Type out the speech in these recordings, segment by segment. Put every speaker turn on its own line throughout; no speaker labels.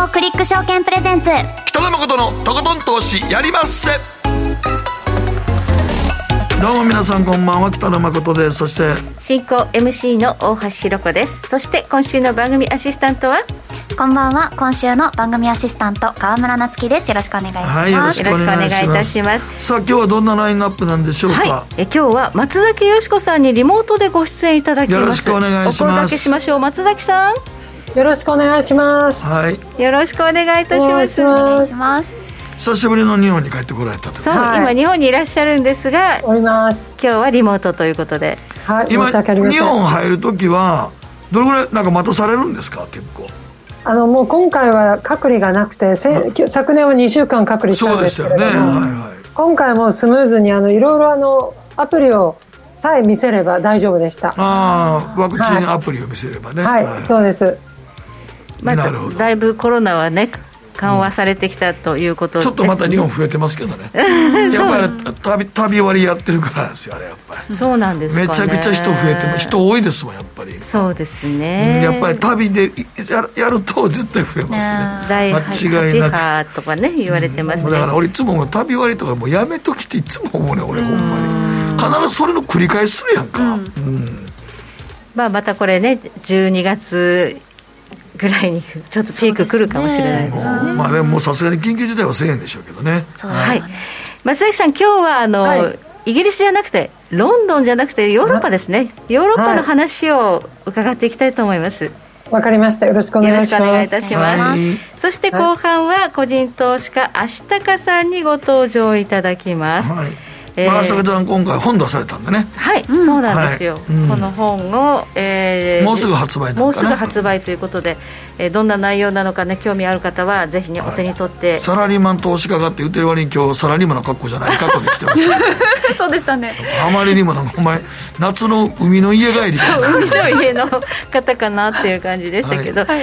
GMO クリック証券プレゼンツ、
北野誠のとことん投資やりまっせ。どうも皆さんこんばんは、北野誠です。そして
進行 MC の大橋ひろ子です。そして今週の番組アシスタントは、
こんばんは、今週の番組アシスタント川村夏樹です。よろしくお願いします。
はい、よろしくお願いいたします。さあ今日はどんなラインナップなんでしょうか。
はい、今日は松崎よしこさんにリモートでご出演いただきます。
よろしくお願いします。
お声掛けしましょう。松崎さん、
よろしくお願いします。
はい、
よろしくお願いいたします。
お願いします。
久しぶりの日本に帰ってこられたと。
そう、はい、今日本にいらっしゃるんですが、
おります。
今日はリモートということで、
はい、
今日本入るときはどれぐらいなんか待たされるんですか。結構
もう今回は隔離がなくて、昨年は2週間隔離したんですけれども、
そうですよね、はいはい、
今回もスムーズにいろいろアプリをさえ見せれば大丈夫でした。
ワクチンアプリを見せればね、
はい、はい、そうです。
まずだいぶコロナはね緩和されてきたということです、ね、
ちょっとまた日本増えてますけどねやっぱり旅割りやってるからなんですよ、あれやっぱり。
そうなんですかね。
めちゃくちゃ人増えて、人多いですもんやっぱり。
そうですね、
やっぱり旅でやると絶対増えますね。
第8
波
波とかね言われてますね、
だから俺いつも旅割りとかもうやめときっていつも思うね、俺ほんまに。必ずそれの繰り返しするやんか、
またこれね12月ぐらいにちょっとピーク来るかもしれないですね。
まあね、もうさすがに緊急事態はせえへんでしょうけどね。
はい、松崎さん、今日ははい、イギリスじゃなくてロンドンじゃなくてヨーロッパですね。ヨーロッパの話を伺っていきたいと思います。
わかりました。よろしくお願いします。
よろしくお願いいたします、はい、そして後半は個人投資家足高さんにご登場いただきます。はい、
足高さん今回本出されたんでね。
はい、そうなんですよ、はい、この本を、
もうすぐ発売なのかな。
もうすぐ発売ということで、どんな内容なのかね、興味ある方はぜひね、お手に取って。
サラリーマン投資家がって言ってる割に今日サラリーマンの格好じゃない格好で来てました
そうでしたね。
あまりにもなんかお前夏の海の家帰り
そう海の家の方かなっていう感じでしたけど、はい、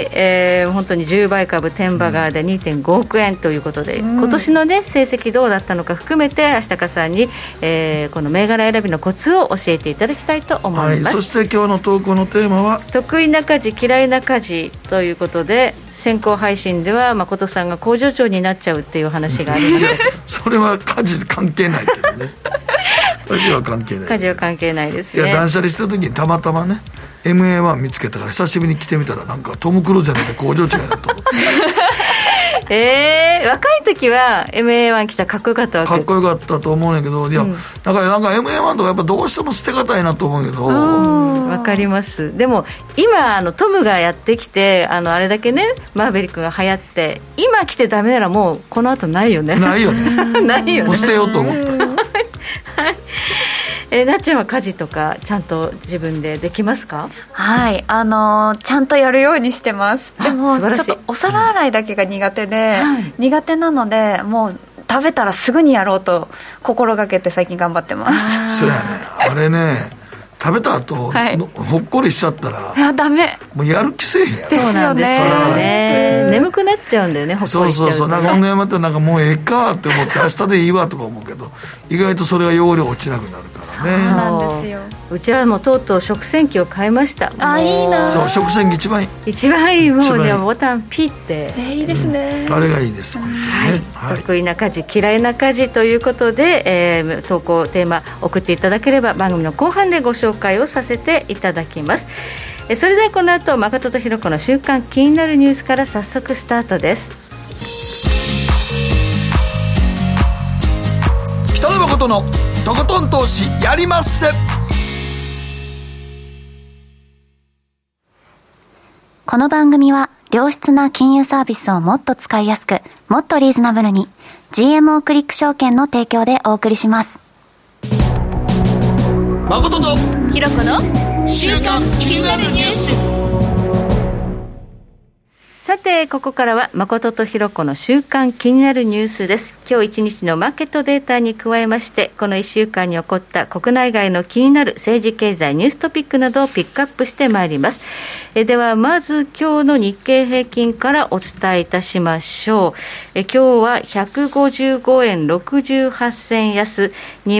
本当に10倍株10バガーで 2.5 億円ということで、今年のね成績どうだったのか含めて足高さんに、この銘柄選びのコツを教えていただきたいと思います、
そして今日の投稿のテーマは
得意な家事嫌いな家事ということで、先行配信では誠さんが工場長になっちゃうっていう話があります
それは家事関係ないけどね家事は関係ない。
家事は関係ないですね。
いや断捨離した時にたまたまね MA1 見つけたから久しぶりに来てみたらなんかトム・クルーズじゃなくて工場長やなと思って
若い時は MA1 来たらかっこよかったわけ。
かっこよかったと思うんやけど、いや、だからなんか MA1 とかやっぱどうしても捨てがたいなと思うけど、
わかります。でも今トムがやってきてあれだけねマーベリックが流行って、今来てダメならもうこの後ないよね。
ないよね
ないよね。
もう捨てようと思った
はいなっちゃんは家事とかちゃんと自分でできますか？
はい、ちゃんとやるようにしてます。でもちょっとお皿洗いだけが苦手で、苦手なのでもう食べたらすぐにやろうと心がけて最近頑張ってます。
そうやね、あれね食べた後、ほっこりしちゃったら
ダメ、
もうやる気せえへんやろ。
そうなんですよね。眠くなっちゃうんだよね、ほっこりしちゃうと。
そうなんか本またなんかもうええかって思って明日でいいわとか思うけど意外とそれが容量落ちなくなるからね。
そうなんですよ。
うちはもうとうとう食洗機を買いました。
いいな。
そう、食洗機一番いい。
もうねボタンピッて、
いいですね、
あれがいいです、
得意な家事嫌いな家事ということで、投稿テーマ送っていただければ番組の後半でご紹介をさせていただきます。それではこの後誠とひろ子の週刊気になるニュースから早速スタートです。
北野誠のとことん投資やりまっせ。
この番組は良質な金融サービスをもっと使いやすく、もっとリーズナブルに GMO クリック証券の提供でお送りします。
誠と
ひろ子の
週刊気になるニュース。
さてここからは誠とひろ子の週刊気になるニュースです。 今日1日のマーケットデータに加えまして、この1週間に起こった国内外の気になる政治経済ニューストピックなどをピックアップしてまいります。ではまず今日の日経平均からお伝えいたしましょう。今日は155円68銭安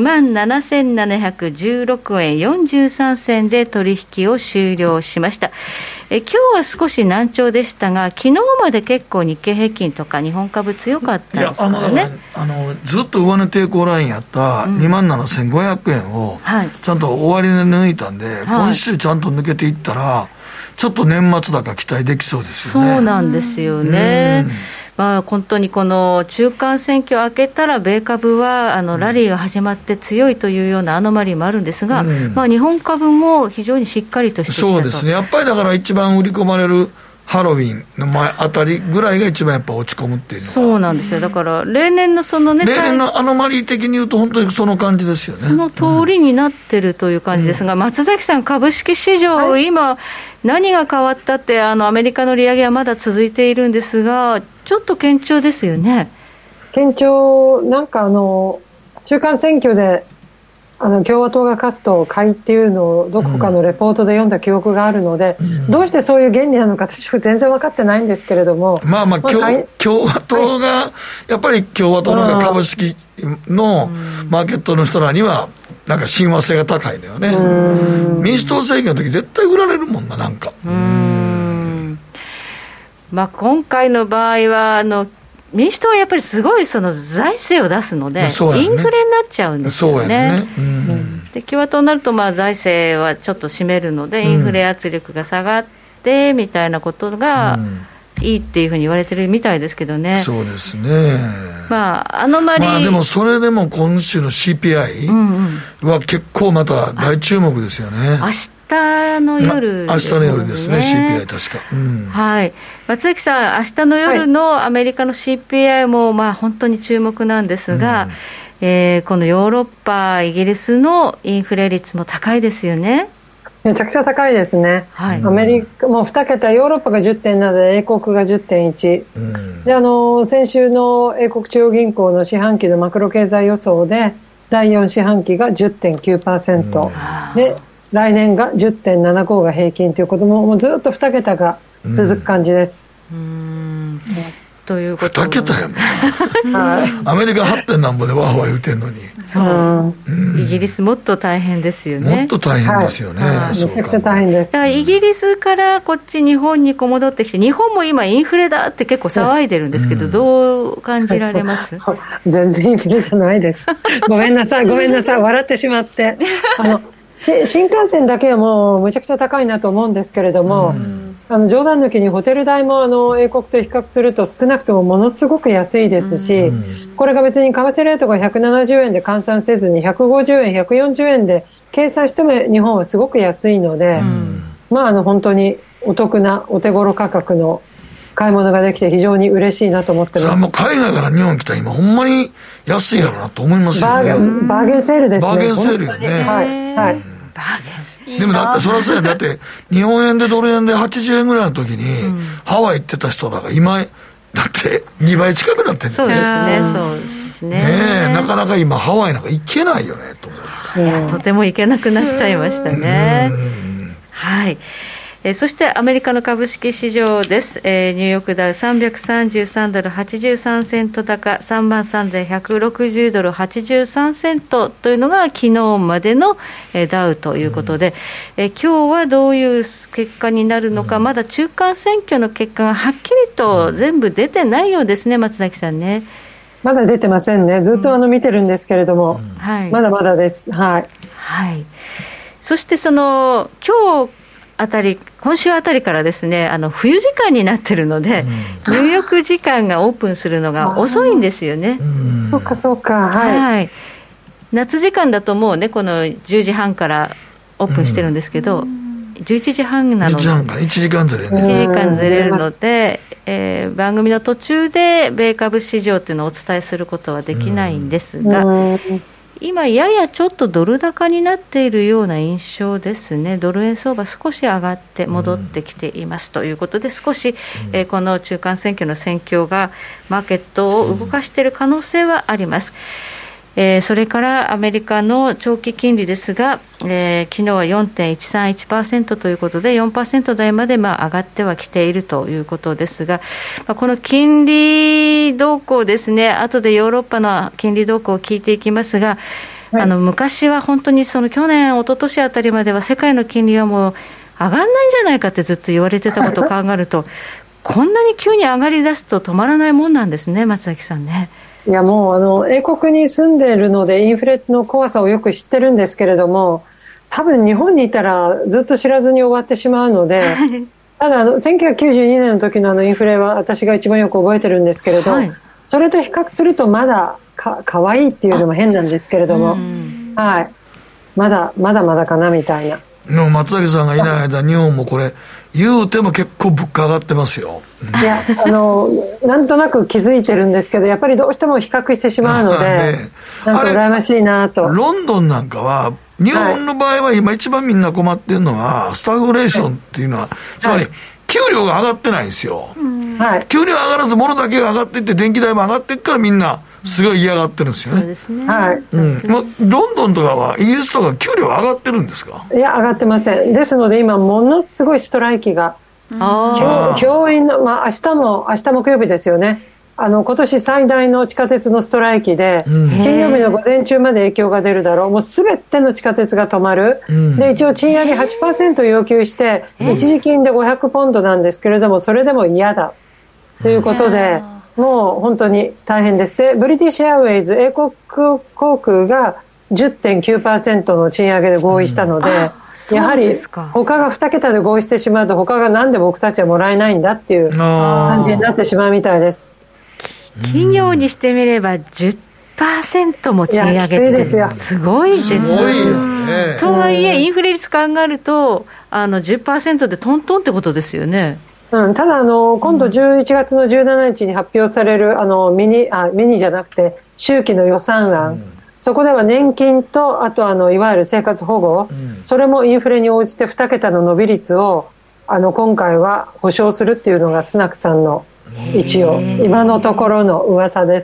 27,716 円43銭で取引を終了しました。今日は少し難聴でしたが、昨日まで結構日経平均とか日本株強かったですからね。
ずっと上値抵抗ラインやった27,500円をちゃんと終わりで抜いたんで、今週ちゃんと抜けていったらちょっと年末高期待できそうですよね。
そうなんですよね。本当にこの中間選挙を明けたら米株はラリーが始まって強いというようなアノマリーもあるんですが、日本株も非常にしっかりとしてきたと。
そうですね。やっぱりだから一番売り込まれるハロウィンの前あたりぐらいが一番やっぱ落ち込むっていうのが。
そうなんですよ。だから例年のそのね、
例年のアノマリー的に言うと本当にその感じですよね。
その通りになってるという感じですが、松崎さん、株式市場、今何が変わったって、アメリカの利上げはまだ続いているんですが、ちょっと堅調ですよね。
堅調、なんか中間選挙で共和党が勝つと買いっていうのをどこかのレポートで読んだ記憶があるので、どうしてそういう原理なのか私は全然分かってないんですけれども、
共和党が、やっぱり共和党の株式のマーケットの人らにはなんか親和性が高いのよね。民主党政権の時絶対売られるもんな、なんか。
今回の場合は民主党はやっぱりすごいその財政を出すので、インフレになっちゃうんですよね。で共和党になると財政はちょっと占めるので、インフレ圧力が下がってみたいなことがいいっていうふうに言われてるみたいですけどね。
そうですね。
で
もそれでも今週の CPI は結構また大注目ですよね。
明日の夜ですね。
明日の夜ですね、CPI 確か。
はい。松崎さん、明日の夜のアメリカの CPI も本当に注目なんですが、このヨーロッパ、イギリスのインフレ率も高いですよね。
めちゃくちゃ高いですね。アメリカも2桁、ヨーロッパが 10.7 で英国が 10.1、で先週の英国中央銀行の四半期のマクロ経済予想で第4四半期が 10.9%、で来年が 10.75 が平均ということも、ずっと2桁が続く感じです。
ということ
2桁やもんアメリカ 8. 何ぼでワーワー言うてんのに。
イギリスもっと大変ですよね。
もっと大変ですよね。
めちゃくちゃ大変です。
だからイギリスからこっち日本に戻ってきて、日本も今インフレだって結構騒いでるんですけど、どう感じられます？
全然インフレじゃないです。ごめんなさい笑ってしまって新幹線だけはもうむちゃくちゃ高いなと思うんですけれども、冗談抜きにホテル代も英国と比較すると少なくともものすごく安いですし、これが別に為替レートが170円で換算せずに150円140円で計算しても日本はすごく安いので、本当にお得なお手頃価格の買い物ができて非常に嬉しいなと思ってます。
もう海外から日本来たら今ほんまに安いやろなと思いますよね。
バーゲンセールですね。
バーゲンセールよね。
はい。
でもだってそれはそうや。だって日本円でドル円で80円ぐらいの時にハワイ行ってた人らが今だって2倍近くなってるんだよね。
そうですね。
なかなか今ハワイなんか行けないよねと思
う。とても行けなくなっちゃいましたね。はい。そしてアメリカの株式市場です。ニューヨークダウ333ドル83セント高 33,160 ドル83セントというのが昨日までのダウということで、今日はどういう結果になるのか、まだ中間選挙の結果がはっきりと全部出てないようですね、松崎さんね。
まだ出てませんね。ずっと見てるんですけれども、まだまだです。はい。
そして今週あたりからですね、冬時間になってるので、入浴時間がオープンするのが遅いんですよね。
そうか、はい。
夏時間だともうね、この10時半からオープンしてるんですけど、11時半なので
1時間ずれる、
1時間ずれるので、番組の途中で米株市場っていうのをお伝えすることはできないんですが、 今ややちょっとドル高になっているような印象ですね。ドル円相場少し上がって戻ってきています、ということで、少し、この中間選挙の戦況がマーケットを動かしている可能性はあります。それからアメリカの長期金利ですが、昨日は 4.131% ということで 4% 台まで上がってはきているということですが、この金利動向ですね、後でヨーロッパの金利動向を聞いていきますが、はい、昔は本当にその去年一昨年あたりまでは世界の金利はもう上がんないんじゃないかってずっと言われてたことを考えるとこんなに急に上がり出すと止まらないもんなんですね、松崎さんね。
いやもう英国に住んでいるのでインフレの怖さをよく知ってるんですけれども、多分日本にいたらずっと知らずに終わってしまうのでただ1992年の時のインフレは私が一番よく覚えてるんですけれど、はい、それと比較するとまだかわいいっていうのも変なんですけれども、はい、まだかなみたいな。
松崎さんがいない間日本もこれ言うても結構物価上がってますよ。
いやなんとなく気づいてるんですけど、やっぱりどうしても比較してしまうので、ね、なんか羨ましいなと。
ロンドンなんかは日本の場合は今一番みんな困ってるのはスタグフレーションっていうのは、つまり給料が上がってないんですよ、はい、給料上がらず物だけが上がっていって電気代も上がっていくからみんなすごい嫌がってるんですよね。そうですね、はい、ロンドンとかはイギリスとか給料上がってるんですか？
いや上がってません。ですので今ものすごいストライキが、教員の、明日木曜日ですよね。今年最大の地下鉄のストライキで、金曜日の午前中まで影響が出るだろう。もうすべての地下鉄が止まる、で一応賃上げ 8% 要求して一時金で500ポンドなんですけれども、それでも嫌だということで、もう本当に大変です。でブリティッシュエアウェイズ英国航空が 10.9% の賃上げで合意したので、やはり他が2桁で合意してしまうと他がなんで僕たちはもらえないんだっていう感じになってしまうみたいです。
企業にしてみれば 10% も賃上げってすごいですね。すごいよね。とはいえインフレ率考えると10% でトントンってことですよね。
ただ今度11月の17日に発表されるミニじゃなくて秋季の予算案、そこでは年金とあといわゆる生活保護、それもインフレに応じて2桁の伸び率を今回は保証するっていうのがスナクさんの一応今のところの噂です。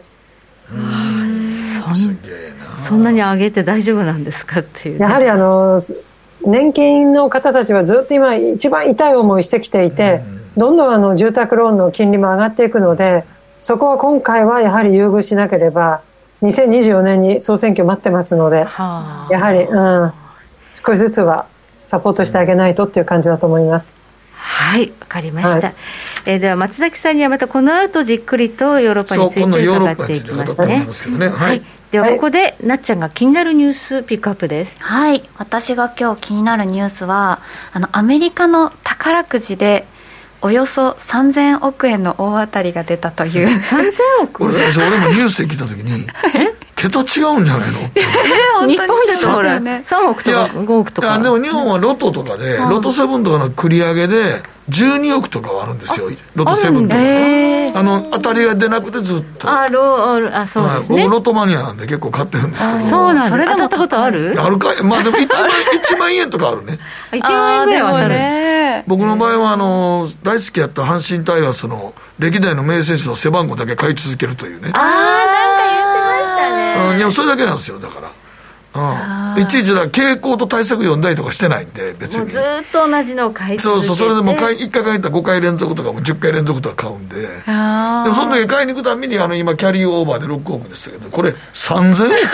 そんなに上げて大丈夫なんですかっていう、ね、
やはり年金の方たちはずっと今一番痛い思いしてきていて、どんどん住宅ローンの金利も上がっていくので、そこは今回はやはり優遇しなければ2024年に総選挙待ってますので、やはり、少しずつはサポートしてあげないとっていう感じだと思います。
はい、わかりました、では松崎さんにはまたこの後じっくりとヨーロッパについて伺っていきますね。はい、ではここで、なっちゃんが気になるニュースピックアップです。
はい、私が今日気になるニュースはアメリカの宝くじでおよそ3000億円の大当たりが出たという
3000億。
これ最初俺もニュースで聞いた時に桁違うんじゃないの
日本でとほら3億とか5億とか。
いやでも日本はロトとかで、ロト7とかの繰り上げで12億とかはあるんですよ。ロト7とか当たりが出なくてずっと
そうですね、
僕ロトマニアなんで結構買ってるんですけど。
そうなんです。それで当たったことある？
あるかい。でも1万円とかあるね。
1万円ぐらいは当たる。
僕の場合は大好きやった阪神タイガースの歴代の名選手の背番号だけ買い続けるというね。
なんか言ってましたね。
いやそれだけなんですよ。だからいちいち傾向と対策読んだりとかしてないんで、別に
もうずっと同じのを買い続けて、
それでも1回買ったら5回連続とかも10回連続とか買うんで、でもその時買いに行くたびに今キャリーオーバーで6億ですけど、これ3000億やね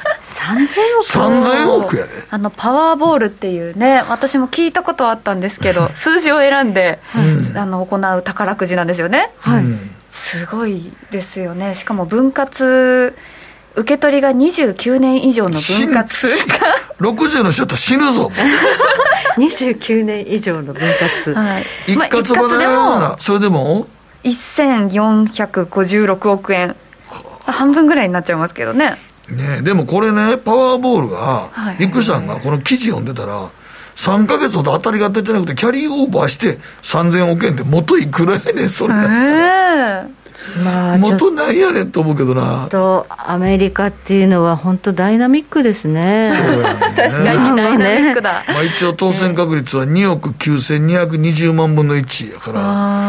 3000億やね。
パワーボールっていうね、私も聞いたことはあったんですけど数字を選んで、行う宝くじなんですよね。すごいですよね。しかも分割受け取りが29年以上の分割
60の人だったら死ぬぞ
29年以上の分割、
一括でもそれでも
1456億円、半分ぐらいになっちゃいますけどね。
でもこれね、パワーボールがリックさんがこの記事読んでたら3ヶ月ほど当たりが出てなくてキャリーオーバーして3000億円って元いくらやねんそれ。 元なんやねんと思うけどな。
アメリカっていうのは本当ダイナミックですね。
そうやね
確かにダイナミックだ。
一応当選確率は2億9220万分の1やから、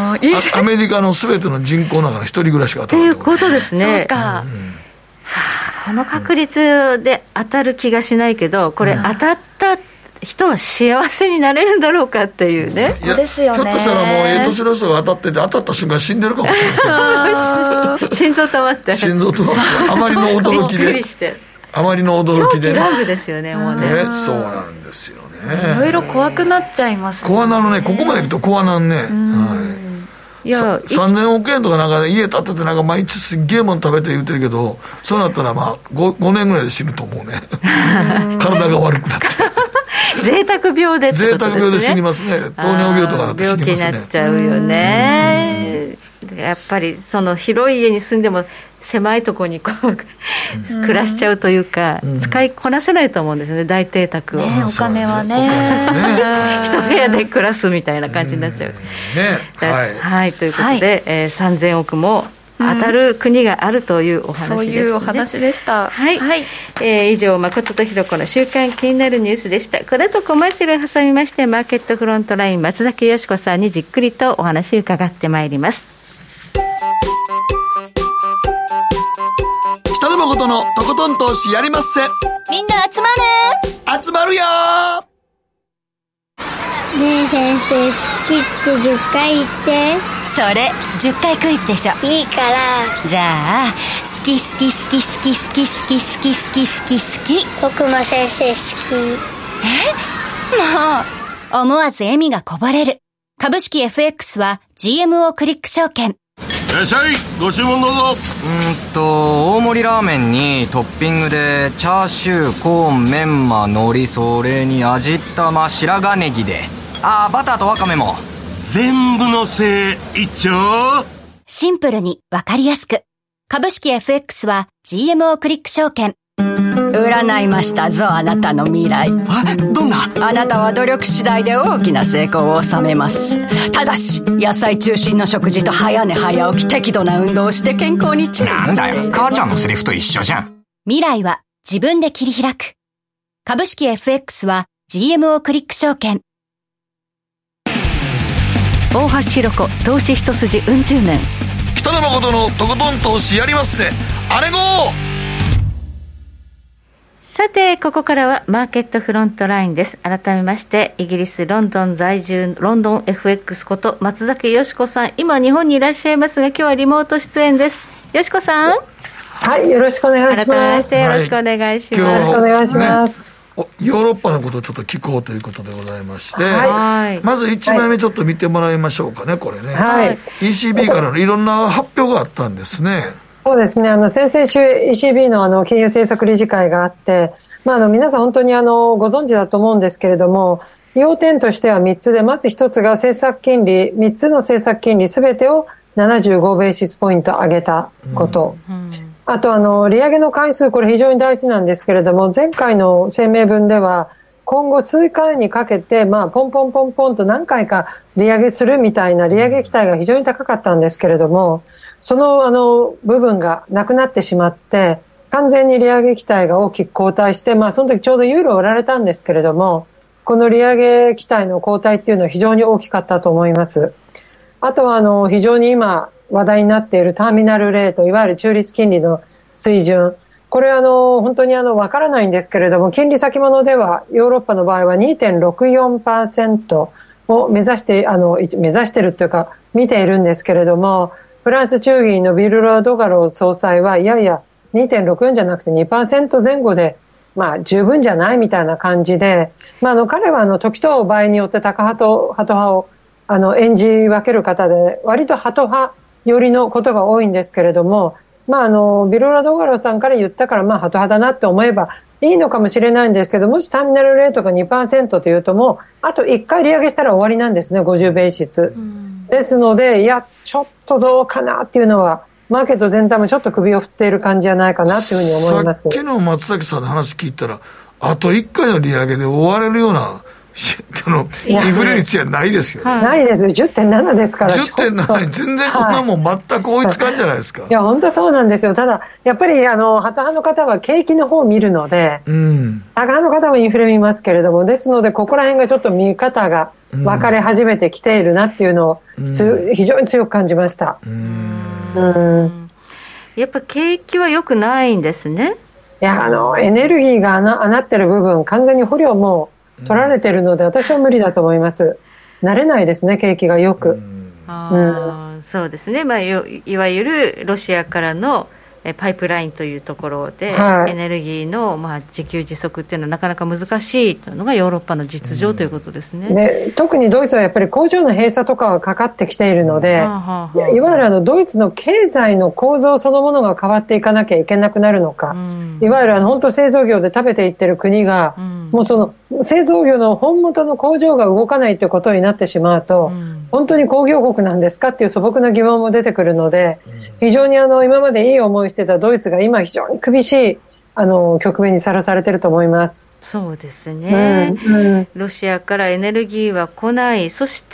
アメリカの全ての人口の中の一人ぐらいしか当たらない
っていうことですね。そうか、この確率で当たる気がしないけど、これ当たった人は幸せになれるんだろうかっていうね。
そうですよね。
ひょっとしたらもう年の人が当たってて、当たった瞬間死んでるかもしれません。
心臓止まって
あまりの驚きで
びっくりして、
あまりの驚きで
狂気ラブですよね、もうね。
そうなんですよね。
いろいろ怖くなっちゃいますね。
怖なるね。ここまで行くと怖なんね。
いや
3000億円とかなんか、ね、家建ててなんか毎日すっげえもん食べて言うてるけど、そうなったらまあ 5年ぐらいで死ぬと思うね。体が悪くなって
贅沢病でってことですね。贅沢
病で死にますね。糖尿病とかなって死にますね。
病気になっちゃうよね。やっぱりその広い家に住んでも狭いところにこう暮らしちゃうというか、使いこなせないと思うんですよね、大邸宅を、
お金はね
一部屋で暮らすみたいな感じになっちゃう、はい、ということで、3000億も当たる国があるというお話ですね。
そういうお話でした。
はい、以上、誠とひろ子の週刊気になるニュースでした。この後コマーシャルを挟みまして、マーケットフロントライン松崎よし子さんにじっくりとお話を伺ってまいります。
北野誠のとことん投資やりまっせ。
みんな集まる。
集まるよ
ー。ねえ先生、好きって10回言って。
それ10回クイズでしょ。
いいから。
じゃあ、好き好き好き好き好き好き好き好き好き好き。
僕も先生好き。
もう思わず笑みがこぼれる。株式 FX は GMO クリック証券。
いらっしゃい、ご注文どうぞ。
大盛りラーメンにトッピングでチャーシュー、コーン、メンマ、海苔、それに味玉、白髪ネギで、バターとワカメも
全部のせい一丁。
シンプルにわかりやすく。株式 FX は GMO クリック証券。占いましたぞ、あなたの未来。
どんな？
あなたは努力次第で大きな成功を収めます。ただし野菜中心の食事と早寝早起き、適度な運動をして健康に注意している。
なんだよ、母ちゃんのセリフと一緒じゃん。
未来は自分で切り開く。株式 FX は GMO クリック証券。
大橋ひろ子投資一筋うん十年。
北野誠のとことん投資やりまっせ。あれごー。
さて、ここからはマーケットフロントラインです。改めまして、イギリスロンドン在住ロンドン FX こと松崎よし子さん、今日本にいらっしゃいますが、今日はリモート出演です。よし子さん、
はい、よろしくお願いします。
改めましてよろしくお願いします。
よろしくお願いします。
ヨーロッパのことをちょっと聞こうということでございまして、
はい、
まず1枚目ちょっと見てもらいましょうかね、これね、
はい、
ECB からのいろんな発表があったんですね。
そうですね、先々週 ECB の金融政策理事会があって、皆さん本当にご存知だと思うんですけれども、要点としては3つで、まず1つが政策金利、3つの政策金利すべてを75ベーシスポイント上げたこと、あと利上げの回数、これ非常に大事なんですけれども、前回の声明文では今後数回にかけて、ポンポンポンポンと何回か利上げするみたいな利上げ期待が非常に高かったんですけれども、その部分がなくなってしまって、完全に利上げ期待が大きく後退して、その時ちょうどユーロを売られたんですけれども、この利上げ期待の後退っていうのは非常に大きかったと思います。あとは非常に今話題になっているターミナルレート、いわゆる中立金利の水準。これ本当にわからないんですけれども、金利先物ではヨーロッパの場合は 2.64% を目指してるというか見ているんですけれども、フランス中銀のビルロ・ドガロ総裁はいやいや 2.64 じゃなくて 2% 前後で十分じゃないみたいな感じで、彼は時と場合によってタカ派とハト派を演じ分ける方で、割とハト派寄りのことが多いんですけれども、ビルロ・ドガロさんから言ったからハト派だなって思えばいいのかもしれないんですけど、もしターミナルレートが 2% というと、もうあと1回利上げしたら終わりなんですね、50ベーシス。ですので、いやちょっとどうかなっていうのはマーケット全体もちょっと首を振っている感じじゃないかなというふうに思います。
さっきの松崎さんの話聞いたら、あと1回の利上げで終われるようなインフレ率はないですよね。
ないです。10.7 ですから。
10.7 に全然こんなもん全く追いつかんじゃないですか。
いや本当そうなんですよ。ただやっぱりハト派の方は景気の方を見るので、タカ派の方はインフレ見ますけれども、ですのでここら辺がちょっと見方が分かれ始めてきているなっていうのを非常に強く感じました。
やっぱ景気は良くないんですね。
いやエネルギーが余ってる部分完全に捕虜も取られてるので、私は無理だと思います。慣れないですね、景気がよく。
そうですね、いわゆるロシアからのパイプラインというところで、エネルギーの自給自足っていうのはなかなか難しいのがヨーロッパの実情ということですね。
で特にドイツはやっぱり工場の閉鎖とかがかかってきているので、いわゆるドイツの経済の構造そのものが変わっていかなきゃいけなくなるのか、いわゆる本当製造業で食べていってる国が、もうその製造業の本元の工場が動かないということになってしまうと、本当に工業国なんですかっていう素朴な疑問も出てくるので、非常に今までいい思いしてたドイツが今非常に厳しい局面にさらされていると思います。
そうですね、ロシアからエネルギーは来ない。そして、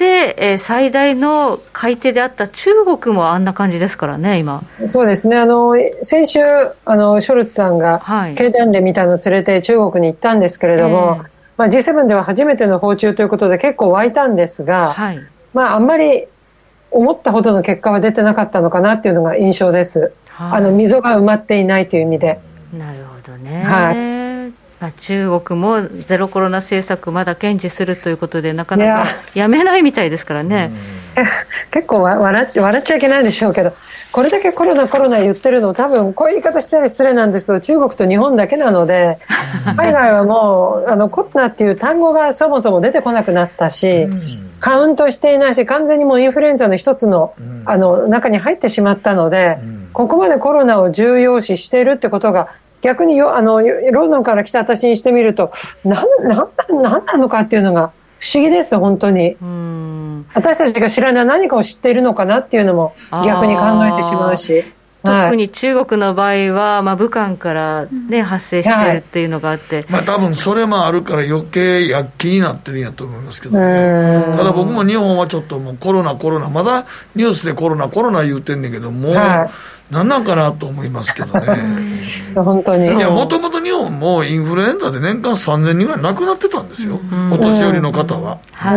最大の買い手であった中国もあんな感じですからね今。
そうですね、先週ショルツさんが経団連みたいなのを連れて中国に行ったんですけれども、G7 では初めての訪中ということで結構湧いたんですが、あんまり思ったほどの結果は出てなかったのかなっていうのが印象です。溝が埋まっていないという意味で。
なるほどね。中国もゼロコロナ政策まだ堅持するということでなかなかやめないみたいですからね。
結構笑っちゃいけないでしょうけど、これだけコロナ言ってるの多分こういう言い方したら失礼なんですけど、中国と日本だけなので海外はもうコロナっていう単語がそもそも出てこなくなったし、カウントしていないし、完全にもうインフルエンザの一つの、中に入ってしまったので、ここまでコロナを重要視しているってことが逆にロンドンから来た私にしてみると何なのかっていうのが不思議です。本当に私たちが知らない何かを知っているのかなっていうのも逆に考えてしまうし、
特に中国の場合は、武漢から、発生しているっていうのがあって、
多分それもあるから余計躍起になってるんやと思いますけどね。ただ僕も日本はちょっともうコロナまだニュースでコロナ言うてんねんけども、何なんかなと思いますけどね。
本当に。
いや、もともと日本もインフルエンザで年間3000人ぐらい亡くなってたんですよ、お年寄りの方は。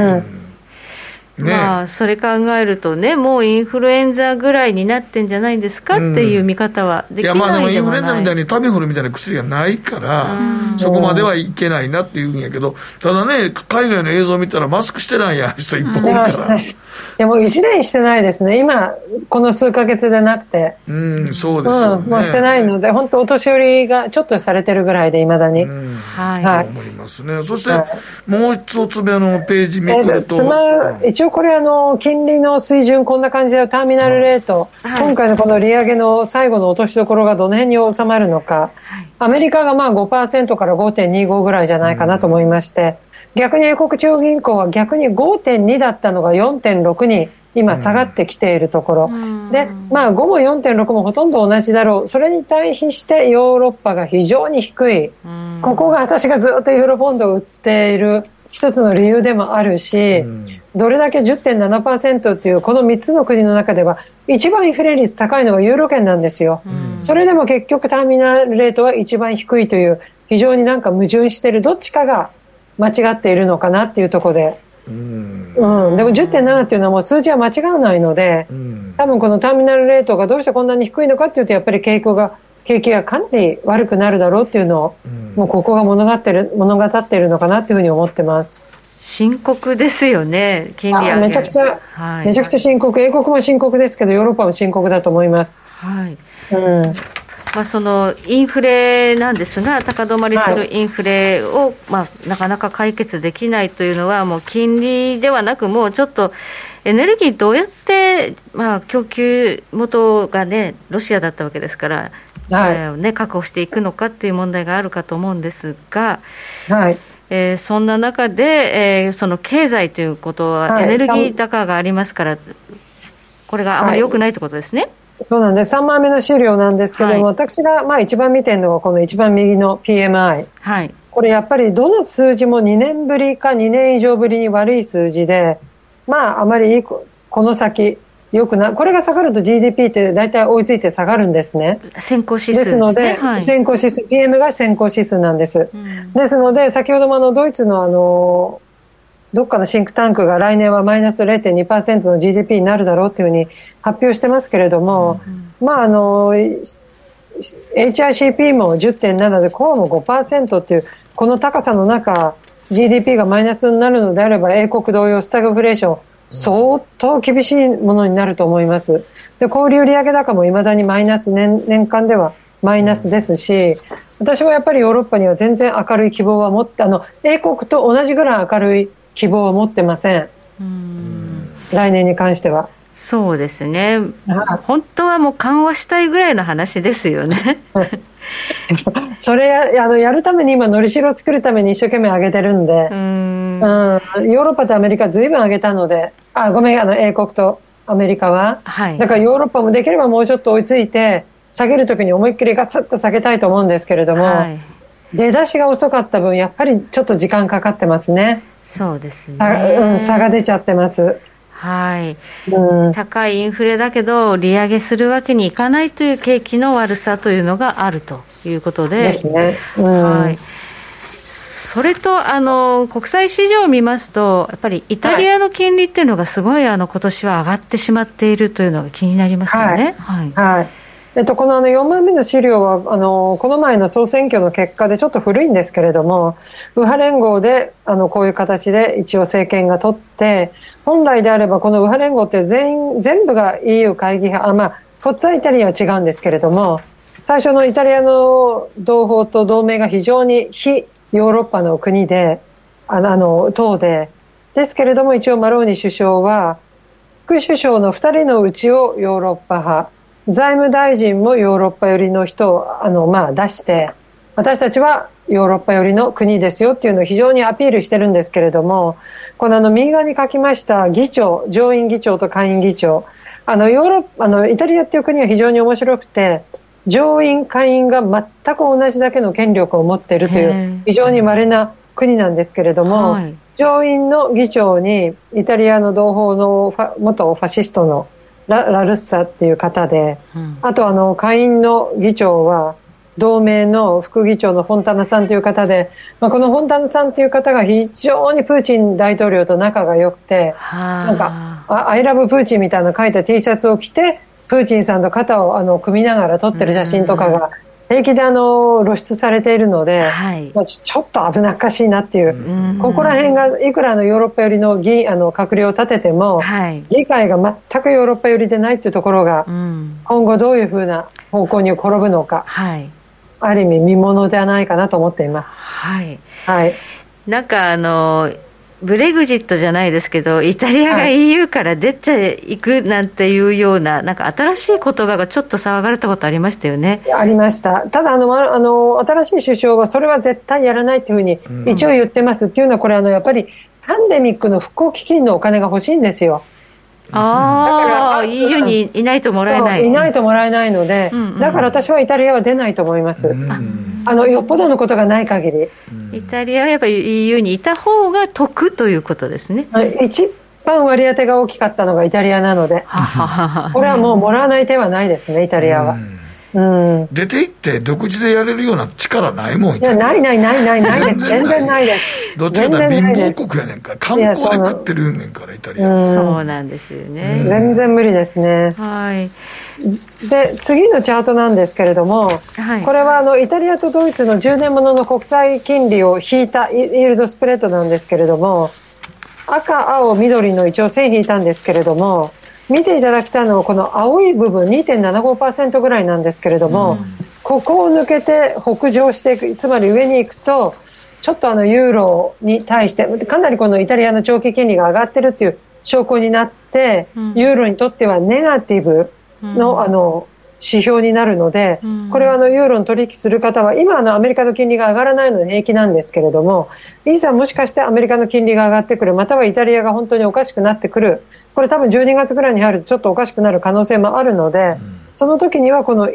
それ考えるとね、もうインフルエンザぐらいになってんじゃないんですかっていう見方はできないでもない。
でもインフルエンザみたいにタミフルみたいな薬がないからそこまではいけないなっていうんやけど、ただね、海外の映像を見たらマスクしてない人いっぱいおるから。
いやもう1年してないですね、今この数ヶ月でなくて。
そうですよね、
もうしてないので、本当お年寄りがちょっとされてるぐらいでいまだに。
思いますね。そしてもう一つ目のページ見ると、
一応これ金利の水準こんな感じで、ターミナルレート、今回のこの利上げの最後の落としどころがどの辺に収まるのか、アメリカが5% から 5.25 ぐらいじゃないかなと思いまして、逆に英国中央銀行は逆に 5.2 だったのが 4.6 に今下がってきているところで、5も 4.6 もほとんど同じだろう。それに対比してヨーロッパが非常に低い、ここが私がずっとユーロボンドを売っている一つの理由でもあるし、どれだけ 10.7% っていうこの3つの国の中では一番インフレ率高いのがユーロ圏なんですよ。それでも結局ターミナルレートは一番低いという、非常になんか矛盾している、どっちかが間違っているのかなっていうところで、でも 10.7 っていうのはもう数字は間違わないので、多分このターミナルレートがどうしてこんなに低いのかっていうと、やっぱり景気がかなり悪くなるだろうっていうのを、もうここが物語っているのかなっていうふうに思ってます。
深刻ですよね、金利上げ。
めちゃくちゃ深刻。英国も深刻ですけどヨーロッパも深刻だと思います。
そのインフレなんですが、高止まりするインフレを、なかなか解決できないというのは、もう金利ではなく、もうちょっとエネルギーどうやって、供給元がねロシアだったわけですから、確保していくのかっていう問題があるかと思うんですが、そんな中で、その経済ということはエネルギー高がありますから、これがあまり良くないということですね。
そうなんです。3枚目の資料なんですけども、私が一番見てるのはこの一番右の PMI、 これやっぱりどの数字も2年ぶりか2年以上ぶりに悪い数字で、まああまりこの先よくこれが下がると GDP って大体追いついて下がるんですね。
先行指数
ですので、はい、先行指数 PM が先行指数なんです、ですので先ほどもドイツのどっかのシンクタンクが来年はマイナス 0.2% の GDP になるだろうというふうに発表してますけれども、まあHICP も 10.7 でコアも 5% っていうこの高さの中 GDP がマイナスになるのであれば英国同様スタグフレーション相当厳しいものになると思います。で小売売上高もいまだにマイナス 年間ではマイナスですし、私はやっぱりヨーロッパには全然明るい希望は持って英国と同じぐらい明るい希望は持ってません。来年に関しては。
そうですね、本当はもう緩和したいぐらいの話ですよね
それやるために今のりしろを作るために一生懸命上げてるんで、ヨーロッパとアメリカずいぶん上げたので、ごめん英国とアメリカは、はい、だからヨーロッパもできればもうちょっと追いついて下げるときに思いっきりガツッと下げたいと思うんですけれども、はい、出だしが遅かった分やっぱりちょっと時間かかってますね。
そうですね、
差が出ちゃってます。
はい、高いインフレだけど利上げするわけにいかないという景気の悪さというのがあるということで、
ですね、
はい、それと国際市場を見ますとやっぱりイタリアの金利っていうのがすごい今年は上がってしまっているというのが気になりますよね。はいはい、
この4枚目の資料はこの前の総選挙の結果でちょっと古いんですけれども、右派連合でこういう形で一応政権が取って、本来であればこの右派連合って全部が EU 会議派、フォッツァイタリアは違うんですけれども、最初のイタリアの同胞と同盟が非常に非ヨーロッパの国で党ですけれども、一応マローニ首相は副首相の2人のうちをヨーロッパ派、財務大臣もヨーロッパ寄りの人を出して、私たちはヨーロッパ寄りの国ですよっていうのを非常にアピールしてるんですけれども、この右側に書きました議長、上院議長と下院議長、イタリアっていう国は非常に面白くて、上院下院が全く同じだけの権力を持っているという非常に稀な国なんですけれども、はい、上院の議長にイタリアの同胞の元ファシストのラルッサっていう方で、あと下院の議長は同盟の副議長のフォンタナさんという方で、このフォンタナさんという方が非常にプーチン大統領と仲が良くて、なんかアイラブプーチンみたいな書いた T シャツを着てプーチンさんと肩を組みながら撮ってる写真とかが平気で露出されているので、はい、ちょっと危なっかしいなっていう、ここら辺がいくらヨーロッパ寄りの閣僚を立てても、はい、議会が全くヨーロッパ寄りでないっていうところが、今後どういうふうな方向に転ぶのか、はい、ある意味見ものではないかなと思っています。
はいはい、なんかブレグジットじゃないですけど、イタリアが EU から出ていくなんていうような、なんか新しい言葉がちょっと騒がれたことありましたよね。
ありました。ただ新しい首相はそれは絶対やらないというふうに一応言ってますっていうのは、これやっぱりパンデミックの復興基金のお金が欲しいんですよ。
だから EU にいないともらえない。
いないともらえないので、だから私はイタリアは出ないと思います。よっぽどのことがない限り。
イタリアはやっぱり EU にいた方が得ということですね。
一番割り当てが大きかったのがイタリアなので、これはもうもらわない手はないですね、イタリアは。
出て行って独自でやれるような力ないもん。
いや、ないです全然ないです。
どっちかというと貧乏国やねんから、観光で食ってるねんから、イタリア。
そうなんですよね。
全然無理ですね。
はい。
で次のチャートなんですけれども、はい、これはイタリアとドイツの10年ものの国債金利を引いたイールドスプレッドなんですけれども、赤青緑の一応線引いたんですけれども、見ていただきたいのはこの青い部分 2.75% ぐらいなんですけれども、ここを抜けて北上していく、つまり上に行くとちょっとユーロに対してかなりこのイタリアの長期金利が上がってるっていう証拠になって、ユーロにとってはネガティブの、指標になるので、これはユーロに取引する方は今アメリカの金利が上がらないので平気なんですけれども、いざもしかしてアメリカの金利が上がってくる、またはイタリアが本当におかしくなってくる、これ多分12月ぐらいに入るとちょっとおかしくなる可能性もあるので、その時にはこの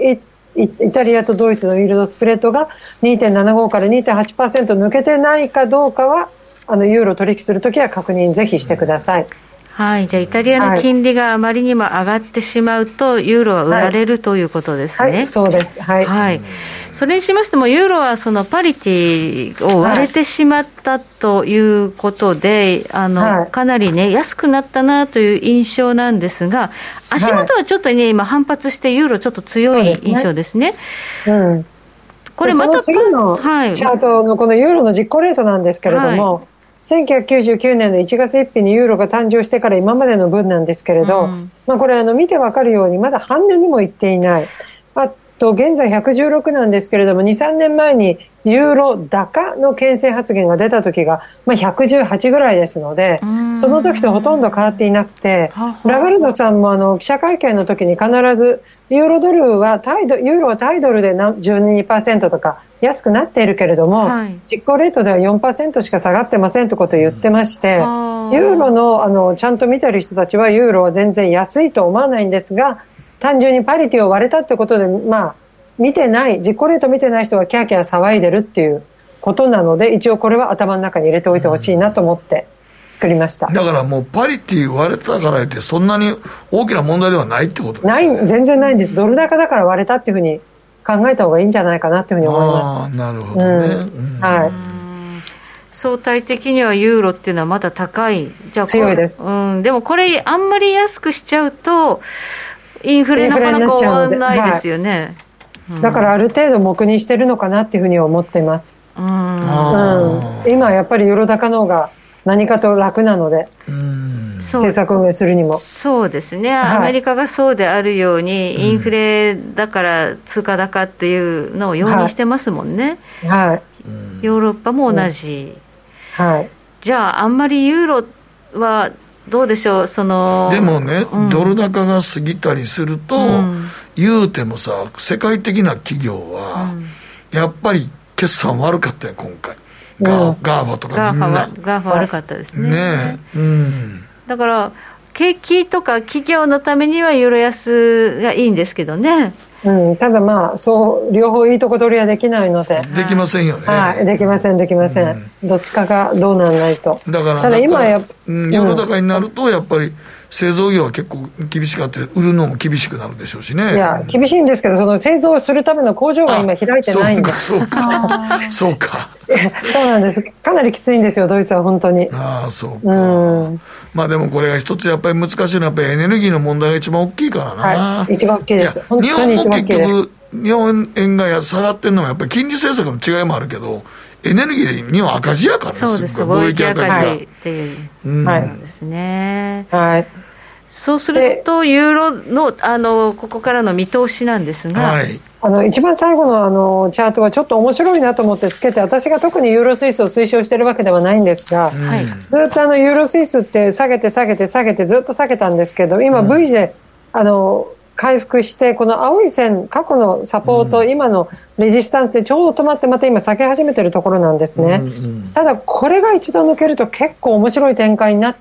イタリアとドイツのイールドスプレッドが 2.75 から 2.8% 抜けてないかどうかはユーロ取引するときは確認ぜひしてください。
はい、じゃあイタリアの金利があまりにも上がってしまうと、ユーロは売られるということですね。
はい、そうです。はい。
はい。それにしましても、ユーロはそのパリティを割れてしまったということで、かなりね、安くなったなという印象なんですが、足元はちょっとね、今反発してユーロちょっと強い印象ですね。これまた、
その次のチャートのこのユーロの実行レートなんですけれども、1999年の1月1日にユーロが誕生してから今までの分なんですけれど、これ見てわかるようにまだ半値にもいっていない。現在116なんですけれども、2、3年前にユーロ高の牽制発言が出た時が、118ぐらいですので、その時とほとんど変わっていなくて、ラガルドさんも記者会見の時に必ずユーロドルはユーロは対ドルで 12% とか安くなっているけれども、実行レートでは 4% しか下がってませんということを言ってまして、ユーロのちゃんと見てる人たちはユーロは全然安いと思わないんですが、単純にパリティを割れたってことで、見てない、実行レート見てない人はキャーキャー騒いでるっていうことなので、一応これは頭の中に入れておいてほしいなと思って作りました。
だからもうパリティ割れたから言ってそんなに大きな問題ではないってことですね。
ない、全然ないんです。ドル高だから割れたっていうふうに考えた方がいいんじゃないかなっていうふうに思います。
なるほどね。
はい。
相対的にはユーロっていうのはまだ高い。じゃあ
強いです。
でもこれあんまり安くしちゃうとインフレなかなか終わらないですよね。
だからある程度黙認してるのかなっていうふうに思っています。今やっぱりユーロ高の方が何かと楽なので、政策運営するにも。
そうですね、アメリカがそうであるように、インフレだから通貨高っていうのを容認してますもんね。ヨーロッパも同じ。じゃああんまりユーロはどうでしょう。
でもね、ドル高が過ぎたりすると、言うてもさ、世界的な企業は、やっぱり決算悪かったよ今回。ガーファとかみんな。
ガーファ悪かったですね。だから景気とか企業のためにはユーロ安がいいんですけどね。
ただそう両方いいとこ取りはできないので。
できませんよね。
できません。どっちかがどうならないと。
だから
ただ今
ユーロ高になるとやっぱり製造業は結構厳しかって売るのも厳しくなるでしょうしね。
いや厳しいんですけど、その製造するための工場が今開いてないんで。
そうかそう
なんです。かなりきついんですよドイツは本当に。
そうか。でもこれが一つやっぱり難しいのはやっぱりエネルギーの問題が一番大きいからな。
一番大きいです。本当に一番大きいです。
日本も結局日本円が下がってるのはやっぱり金利政策の違いもあるけど、エネルギーで日本赤字やからね。
そうです。貿易赤字っていうなんですね。そうするとユーロのここからの見通しなんですが、
一番最後のチャートはちょっと面白いなと思ってつけて、私が特にユーロスイスを推奨してるわけではないんですが、ずっとユーロスイスって下げてずっと下げたんですけど、今 V 字で回復して、この青い線過去のサポート、今のレジスタンスでちょうど止まってまた今下げ始めてるところなんですね。ただこれが一度抜けると結構面白い展開になって、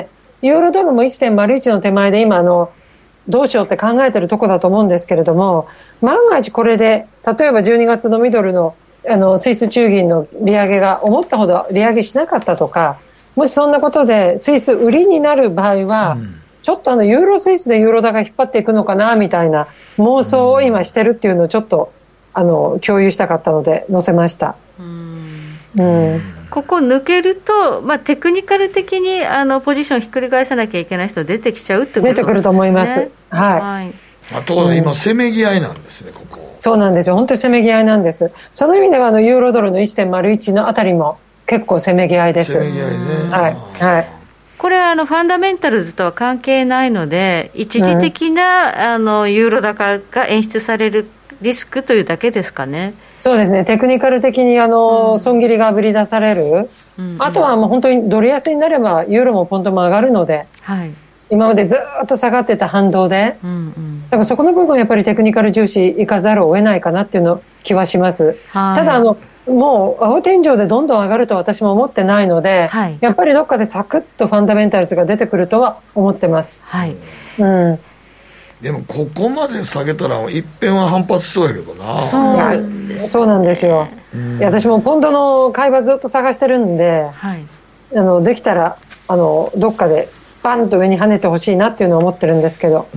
ユーロドルも 1.01 の手前で今どうしようって考えてるとこだと思うんですけれども、万が一これで例えば12月のミドルのスイス中銀の利上げが思ったほど利上げしなかったとか、もしそんなことでスイス売りになる場合は、ちょっとユーロスイスでユーロ高引っ張っていくのかなみたいな妄想を今してるっていうのをちょっと共有したかったので載せました。
ここ抜けると、テクニカル的にポジションひっくり返さなきゃいけない人出てきちゃうってことですね。
出てくると思います。
ところで今せめぎ合いなんですね、ここ。
そうなんですよ。本当にせめぎ合いなんです。その意味ではユーロドルの 1.01 のあたりも結構せめぎ合いです。
せめぎ合いね。
これはファンダメンタルズとは関係ないので、一時的な、ユーロ高が演出されるリスクというだけですかね。
そうですね。テクニカル的に損切りがあぶり出される、あとはもう本当にドル安になればユーロもポンドも上がるので、今までずっと下がってた反動で、だからそこの部分やっぱりテクニカル重視いかざるを得ないかなっていうの気はします。ただもう青天井でどんどん上がると私も思ってないので、やっぱりどっかでサクッとファンダメンタルズが出てくるとは思ってます。
でもここまで下げたら一遍は反発しそうやけどな。
そうなんですよ、私もポンドの買い場ずっと探してるんで、はい、できたらどっかでバンと上に跳ねてほしいなっていうのを思ってるんですけど、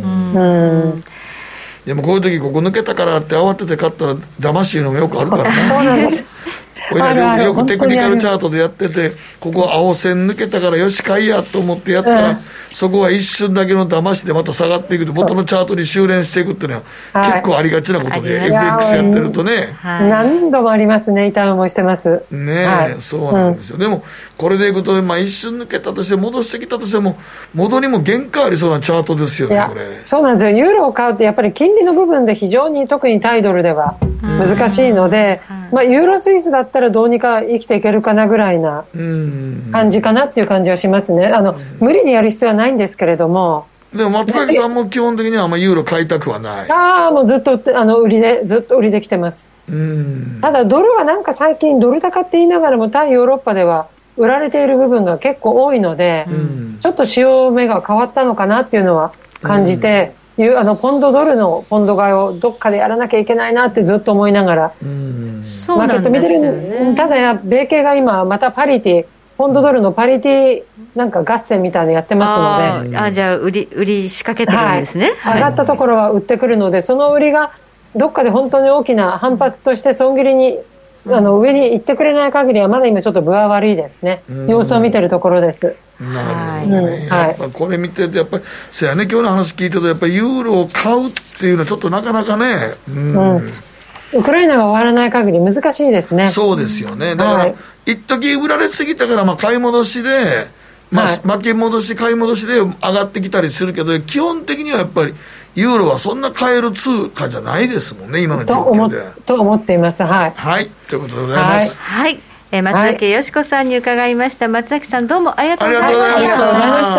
でもこういう時ここ抜けたからって慌てて買ったら騙しいのもよくあるからね。
そうなんです
これよくテクニカルチャートでやってて、ここ青線抜けたからよし買いやと思ってやったら、そこは一瞬だけの騙しでまた下がっていくと元のチャートに修練していくっていうのは結構ありがちなことで、FX やってるとね、
何度もありますね。痛みもしてます
ね。そうなんですよ、でもこれでいくと、一瞬抜けたとして戻してきたとしても元にも限界ありそうなチャートですよね。これ
そうなんですよ。ユーロを買うとやっぱり金利の部分で非常に特にタイドルでは難しいので、ユーロスイスだったらどうにか生きていけるかなぐらいな感じかなっていう感じはしますね。無理にやる必要はないんですけれども。
でも松崎さんも基本的にはあんまユーロ買いたくはない。
もうずっとずっと売りできてます。ただドルはなんか最近ドル高って言いながらも対ヨーロッパでは売られている部分が結構多いので、ちょっと潮目が変わったのかなっていうのは感じて、ポンドドルのポンド買いをどっかでやらなきゃいけないなってずっと思いながらマーケット見てる。ただ米系が今またパリティ、ポンドドルのパリティなんか合戦みたいなのやってますので、
じゃあ売り仕掛けてるんですね、
上がったところは売ってくるので、その売りがどっかで本当に大きな反発として損切りに上に行ってくれない限りはまだ今ちょっと分は悪いですね。様子を見てるところです。
なるほどね。やっぱこれ見ててやっぱりせやね、今日の話聞いてるとやっぱりユーロを買うっていうのはちょっとなかなかね、
ウクライナが終わらない限り難しいですね。
そうですよね。だから一時売られすぎたから買い戻しで、負け戻し買い戻しで上がってきたりするけど、基本的にはやっぱりユーロはそんな買える通貨じゃないですもんね、今の状況で。
と思っています。はい、
ということでございます。
松崎よし子さんに伺いました。松崎さんどうもありがとうございました。
ありがとうございました。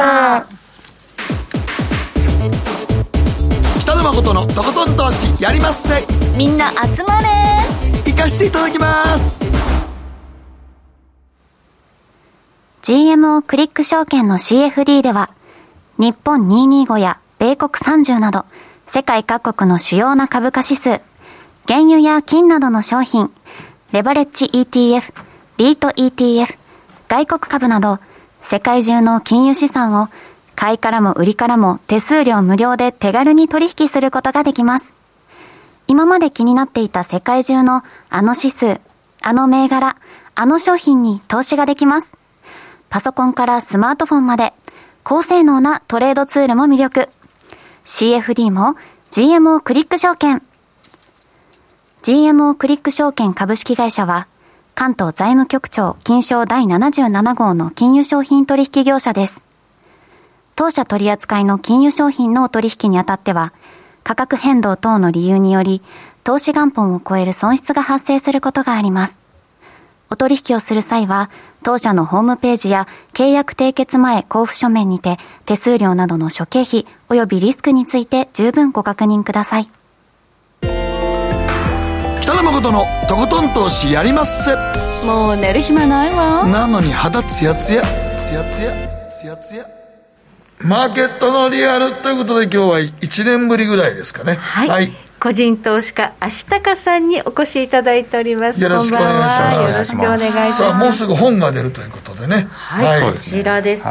北野誠のとことん投資やりまっせ。
みんな集まれ。
行かしていただきます。
GMO クリック証券の CFD では日本225や米国30など世界各国の主要な株価指数、原油や金などの商品、レバレッジ ETF、リート ETF、外国株など世界中の金融資産を買いからも売りからも手数料無料で手軽に取引することができます。今まで気になっていた世界中の指数、銘柄、商品に投資ができます。パソコンからスマートフォンまで高性能なトレードツールも魅力。CFD も GMO クリック証券。GMO クリック証券株式会社は関東財務局長金商第77号の金融商品取引業者です。当社取扱いの金融商品の取引にあたっては価格変動等の理由により投資元本を超える損失が発生することがあります。お取引をする際は当社のホームページや契約締結前交付書面にて手数料などの諸経費及びリスクについて十分ご確認ください。
北野誠のとことん投資やりまっせ。
もう寝る暇ないわ。
なのに肌ツヤツヤツヤツヤツヤツヤ。マーケットのリアルということで今日は1年ぶりぐらいですかね。はい、
個人投資家足高さんにお越しいただいております。
よろしくお願いします。
よろしくお願いします。
さあもうすぐ本が出るということでね。
こちらです。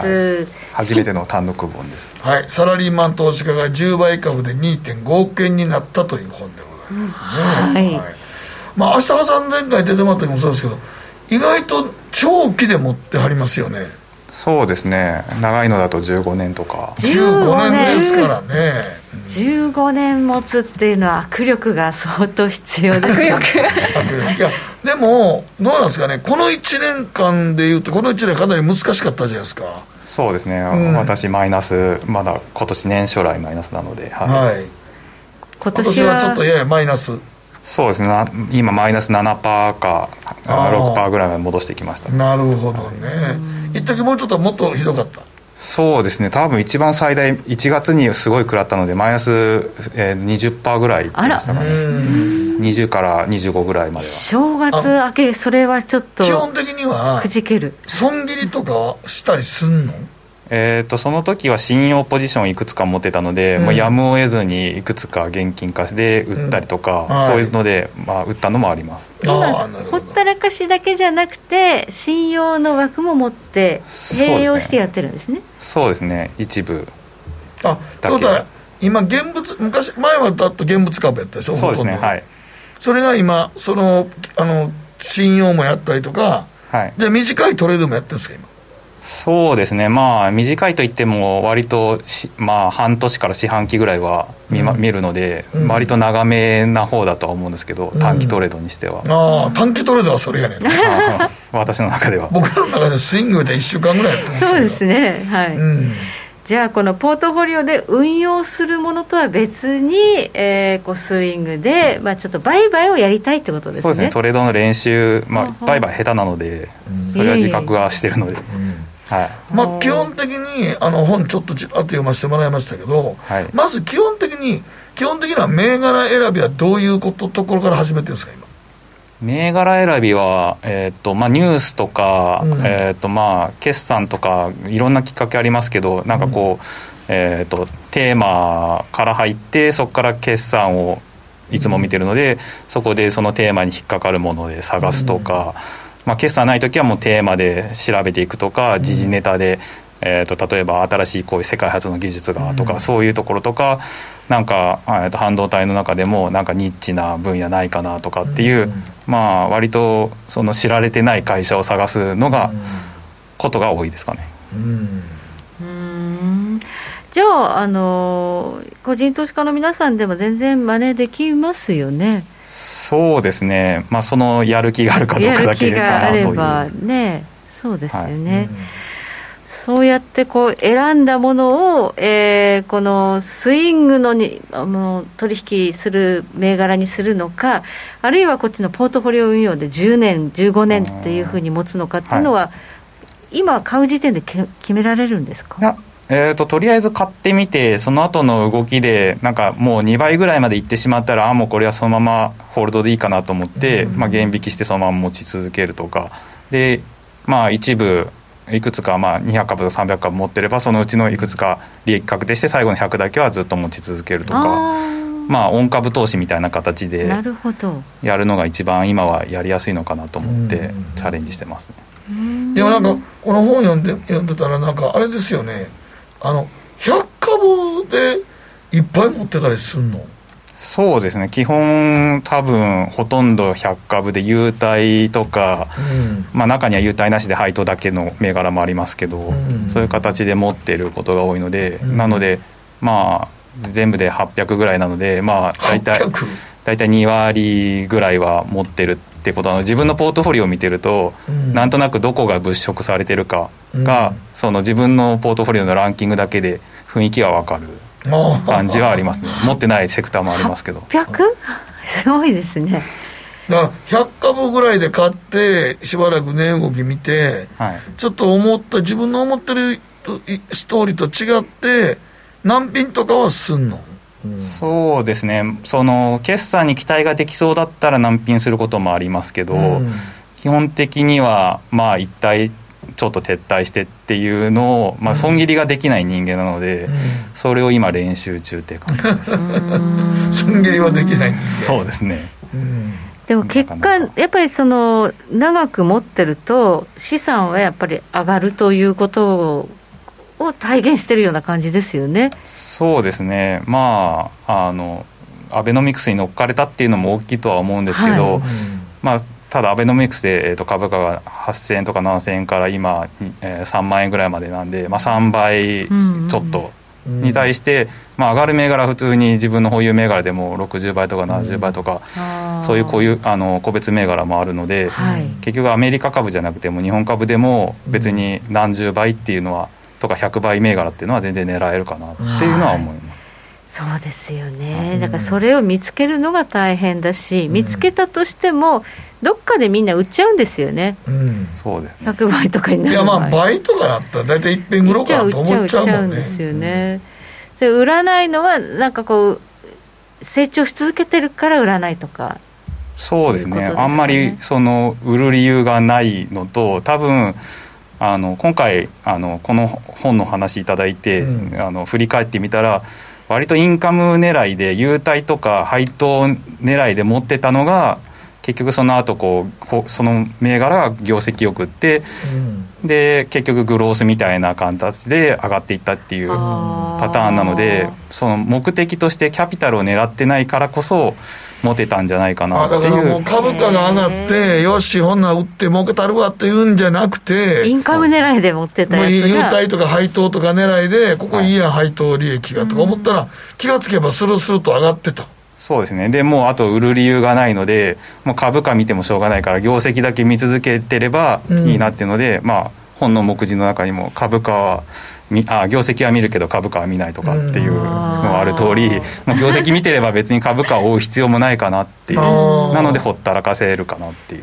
初めての単独本です。
サラリーマン投資家が10倍株で 2.5 億円になったという本でございますね。足高さん前回出てもらった時もそうですけど、意外と長期で持ってはりますよね。
そうですね、長いのだと15年とか。
15年ですからね。
15年持つっていうのは握力が相当必要ですよね。
いやでもどうなんですかね、この1年間でいうとこの1年かなり難しかったじゃないですか。
そうですね、私マイナス、まだ今年年初来マイナスなので、
今年はちょっとややマイナス。
そうですね、今マイナス 7% か 6% ぐらいまで戻してきました。
なるほどね。一時もうちょっともっとひどかった。
そうですね、多分一番最大1月にすごい食らったのでマイナス 20% ぐらいいってましたかね。20から25ぐらいまでは。
正月明けそれはちょっと
基本的には
くじける。
損切りとかしたりすんの？
その時は信用ポジションいくつか持ってたので、もうやむを得ずにいくつか現金化で売ったりとか、そういうので、売ったのもあります。
今ほったらかしだけじゃなくて信用の枠も持って併用してやってるんですね。
そうですね、一部
だけ。ということは今前はだと現物株やったでしょ。
そうですね、はい。
それが今信用もやったりとか、はい、じゃあ短いトレードもやってるんですか今。
そうですね、短いといっても割と半年から四半期ぐらいは見るので、割と長めな方だとは思うんですけど、短期トレードにしては。
短期トレードはそれやねん
私の中では。
僕らの中でスイングで1週間ぐらいやってます。
そうですね、はい。じゃあこのポートフォリオで運用するものとは別に、スイングで、ちょっと売買をやりたいってことですね。
そうですね、トレードの練習、売買下手なので、それは自覚はしてるので、はい。
基本的に本ちょっと後読ませてもらいましたけど、はい、まず基本的には銘柄選びはどういうところから始めてるんですか今。
銘柄選びは、ニュースとか、決算とかいろんなきっかけありますけど、なんかこう、テーマから入ってそこから決算をいつも見てるので、そこでそのテーマに引っかかるもので探すとか、決算ないときはもうテーマで調べていくとか、時事ネタで、例えば新しいこういう世界初の技術がとか、そういうところとか、なんか半導体の中でもなんかニッチな分野ないかなとかっていう、割とその知られてない会社を探すのがことが多いですかね。
じゃあ、個人投資家の皆さんでも全然真似できますよね。
そうですね、そのやる気があるかどうかだけかなという。やる気があればね、そうですよね、はい。そうやってこう選んだものを、このスイングの取引する銘柄にするのか、あるいはこっちのポートフォリオ運用で10年15年っていうふうに持つのかっていうのは、今買う時点で決められるんですか。いや、とりあえず買ってみて、その後の動きでなんかもう2倍ぐらいまでいってしまったら、もうこれはそのままホールドでいいかなと思って、減引きしてそのまま持ち続けるとかで、一部いくつか200株と300株持ってれば、そのうちのいくつか利益確定して最後の100だけはずっと持ち続けるとか、オン株投資みたいな形でやるのが一番今はやりやすいのかなと思ってチャレンジしてますね。
でもなんかこの本読んでたら、なんかあれですよね、100株でいっぱい持ってたりするの。
そうですね、基本多分ほとんど100株で優待とか、中には優待なしで配当だけの銘柄もありますけど、そういう形で持っていることが多いので、なので全部で800ぐらいなので、大体2割ぐらいは持ってるってことなので、自分のポートフォリオを見てると、なんとなくどこが物色されてるかが、その自分のポートフォリオのランキングだけで雰囲気が分かる感じはありますね。持ってないセクターもありますけど。
800？ すごいですね。
だから100株ぐらいで買ってしばらく値動き見て、ちょっと自分の思ってるストーリーと違って難品とかはすんの。
そうですね、その決算に期待ができそうだったら難品することもありますけど、基本的には一体ちょっと撤退してっていうのを、損切りができない人間なので、それを今練習中っていう感じです
損切りはできないんです
そうですね。
でも結果やっぱりその長く持ってると資産はやっぱり上がるということを体現してるような感じですよね。
そうですね、アベノミクスに乗っかれたっていうのも大きいとは思うんですけど、ただアベノミクスで、株価が8000円とか7000円から今、3万円ぐらいまでなんで、3倍ちょっとに対して、上がる銘柄は普通に自分の保有銘柄でも60倍とか70倍とか、そういう個別銘柄もあるので、結局アメリカ株じゃなくても日本株でも別に何十倍っていうのはとか100倍銘柄っていうのは全然狙えるかなっていうのは思います。
そうですよね。だからそれを見つけるのが大変だし、見つけたとしてもどっかでみんな売っちゃうんですよね。
そうですね。
100倍とかになる場合、
倍とかだったら大体一遍売ろうかなと思っちゃうもんね。
ですよね。それ売らないのはなんかこう成長し続けてるから売らないとか。
そうですね。あんまりその売る理由がないのと、多分今回この本の話いただいて、振り返ってみたら割とインカム狙いで優待とか配当狙いで持ってたのが結局その後その銘柄が業績よくって、で結局グロースみたいな形で上がっていったっていうパターンなので、その目的としてキャピタルを狙ってないからこそ持てたんじゃないかなっていう。
だからもう株価が上がってよしほんなら売って儲けたるわっていうんじゃなくて、
インカム狙いで持ってたやつが
優待とか配当とか狙いでここいいやん配当利益がとか思ったら、気がつけばスルスルと上がってた。
そうですね。でもうあと売る理由がないので、もう株価見てもしょうがないから業績だけ見続けてればいいなっていうので、本の目次の中にも株価は業績は見るけど株価は見ないとかっていうのがある通り、もう業績見てれば別に株価を追う必要もないかなっていうなのでほったらかせるかなっていう。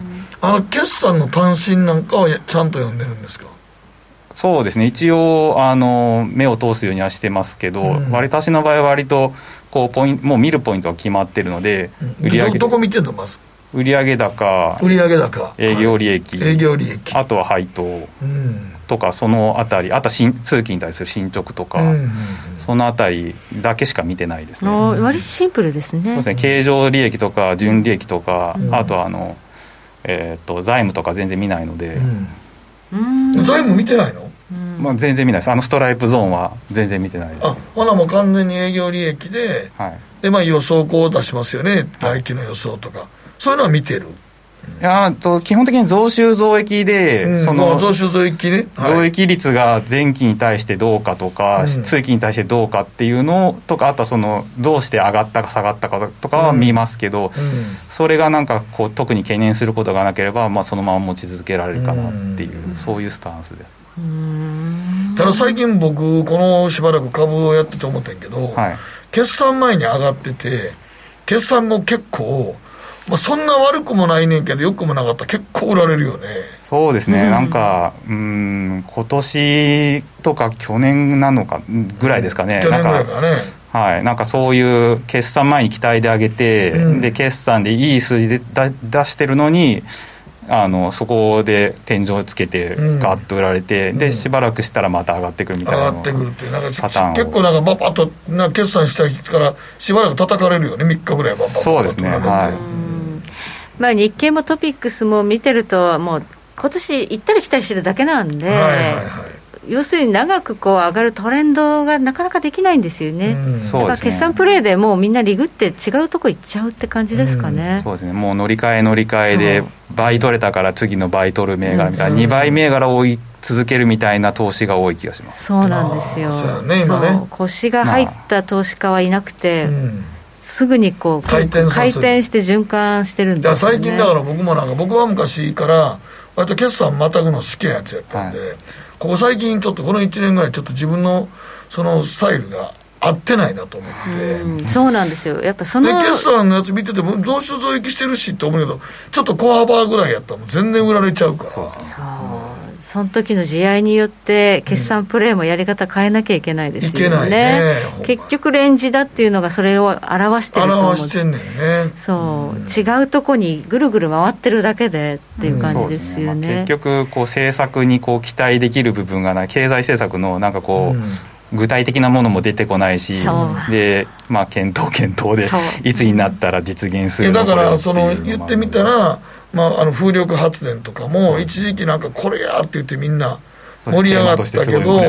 決算の単身なんかはちゃんと読んでるんですか？
そうですね、一応目を通すようにはしてますけど、私の場合は割ともう見るポイントは決まってるので、売上
どこ見てんの？まず
売上高、営業利益、あとは配当とかそのあたり、あとは通期に対する進捗とか、そのあたりだけしか見てないですね。
割とシンプルですね。
そうですね、経常利益とか純利益とか、あとは財務とか全然見ないので。
財務見てないの？
全然見ないです。ストライプゾーンは全然見てないです。
ほなもう完全に営業利益で、で予想を出しますよね、来期の予想とか、そういうのは見てる。
いや基本的に増収増益で、
増収増益ね、
増益率が前期に対してどうかとか、通期に対してどうかっていうのとか、あとはどうして上がったか下がったかとかは見ますけど、それがなんか特に懸念することがなければ、そのまま持ち続けられるかなっていう、そういうスタンスで。
ただ最近僕このしばらく株をやってて思ってんけど、決算前に上がってて、決算も結構そんな悪くもないねんけど良くもなかったら結構売られるよね。
そうですね、なんか今年とか去年なのかぐらいですかね。
去年ぐらいかね。
なんかそういう決算前に期待で上げて、で決算でいい数字で出してるのにそこで天井をつけてガッと売られて、でしばらくしたらまた上がってくるみたいな
上がってくるっていうなんか結構なんかバッと決算した日からしばらく叩かれるよね。3日ぐらいバッと。
そうですね、
日経もトピックスも見てるともう今年行ったり来たりしてるだけなんで、要するに長く上がるトレンドがなかなかできないんですよね。だから決算プレーでもうみんなリグって違うとこ行っちゃうって感じですかね。
そうですね、もう乗り換えで倍取れたから次の倍取る銘柄みたいな、2倍銘柄を追い続けるみたいな投資が多い気がします。
そうなんですよ。腰が入った投資家はいなくて、すぐに回転して循環してるんですよね。
最近だから僕は昔から割と決算またぐの好きなやつやったんで、ここ最近ちょっとこの1年ぐらいちょっと自分のそのスタイルが合ってないなと思って、
そうなんですよ。やっぱ決
算のやつ見てても増収増益してるしと思うけど、ちょっと小幅ぐらいやったらもう全然売られちゃうから、
その時の地合いによって決算プレーもやり方変えなきゃいけないですよね。いけないね。結局レンジだっていうのがそれを表してると思うんです。
表してんねんね。
違うとこにぐるぐる回ってるだけでっていう感じですよね。
結局政策に期待できる部分がない、経済政策のなんか具体的なものも出てこないし、で検討でいつになったら実現するの
だから言ってみたら、風力発電とかも一時期なんかこれやって言ってみんな盛り上がったけど、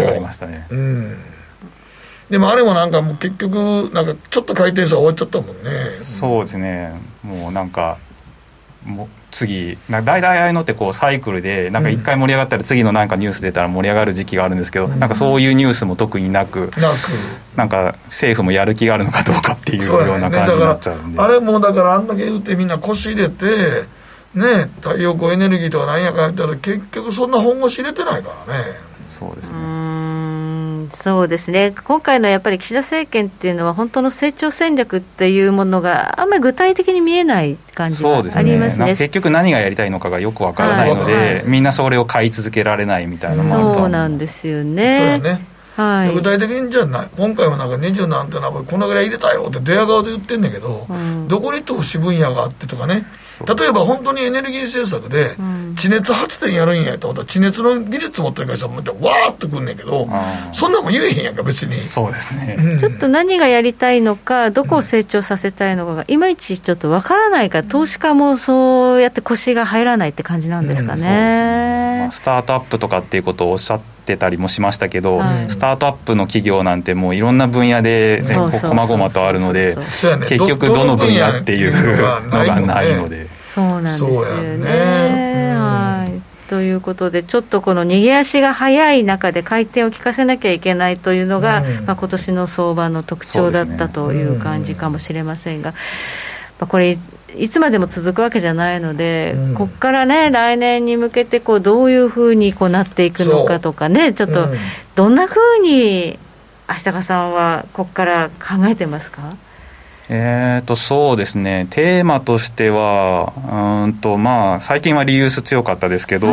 でもあれもなんかもう結局なんかちょっと回転したら終わっちゃったもんね。
そうですね、もうなんか次大体ああいうのってサイクルでなんか1回盛り上がったら次のなんかニュース出たら盛り上がる時期があるんですけど、なんかそういうニュースも特になく、なんか政府もやる気があるのかどうかっていうような感じになっちゃうんで、
あれもだからあんだけ言ってみんな腰入れてね、太陽光エネルギーとかなんやかやったら結局そんな本腰入れてないからね。
そうですね。
そうですね。今回のやっぱり岸田政権っていうのは本当の成長戦略っていうものがあんまり具体的に見えない感じがありますね。
結局何がやりたいのかがよくわからないので、みんなそれを買い続けられないみたいなのもあると思う。
そうなんですよね。
そうやね。具体的にじゃない、今回はなんか20何点このぐらい入れたよって電話側で言ってんだけど、どこに投資分野があってとかね、 例えば本当にエネルギー政策で地熱発電やるんやと思ったら地熱の技術持ってる会社もわーっとくんねんけど、そんなもん言えへんやんか別に。
そうですね、
ちょっと何がやりたいのかどこを成長させたいのかがいまいちちょっとわからないから、投資家もそうやって腰が入らないって感じなんですかね。
スタートアップとかっていうことをおっしゃってたりもしましたけど、スタートアップの企業なんてもういろんな分野で細々とあるので、結局どの分野っていうのがないので。
そうなんですよね。はい。ということでちょっとこの逃げ足が早い中で回転を利かせなきゃいけないというのが、今年の相場の特徴だったという感じかもしれませんが、これいつまでも続くわけじゃないので、ここからね来年に向けてこうどういうふうにこうなっていくのかとかね、ちょっとどんなふうに足高さんはここから考えてますか？
そうですね、テーマとしてはまあ、最近はリユース強かったですけど、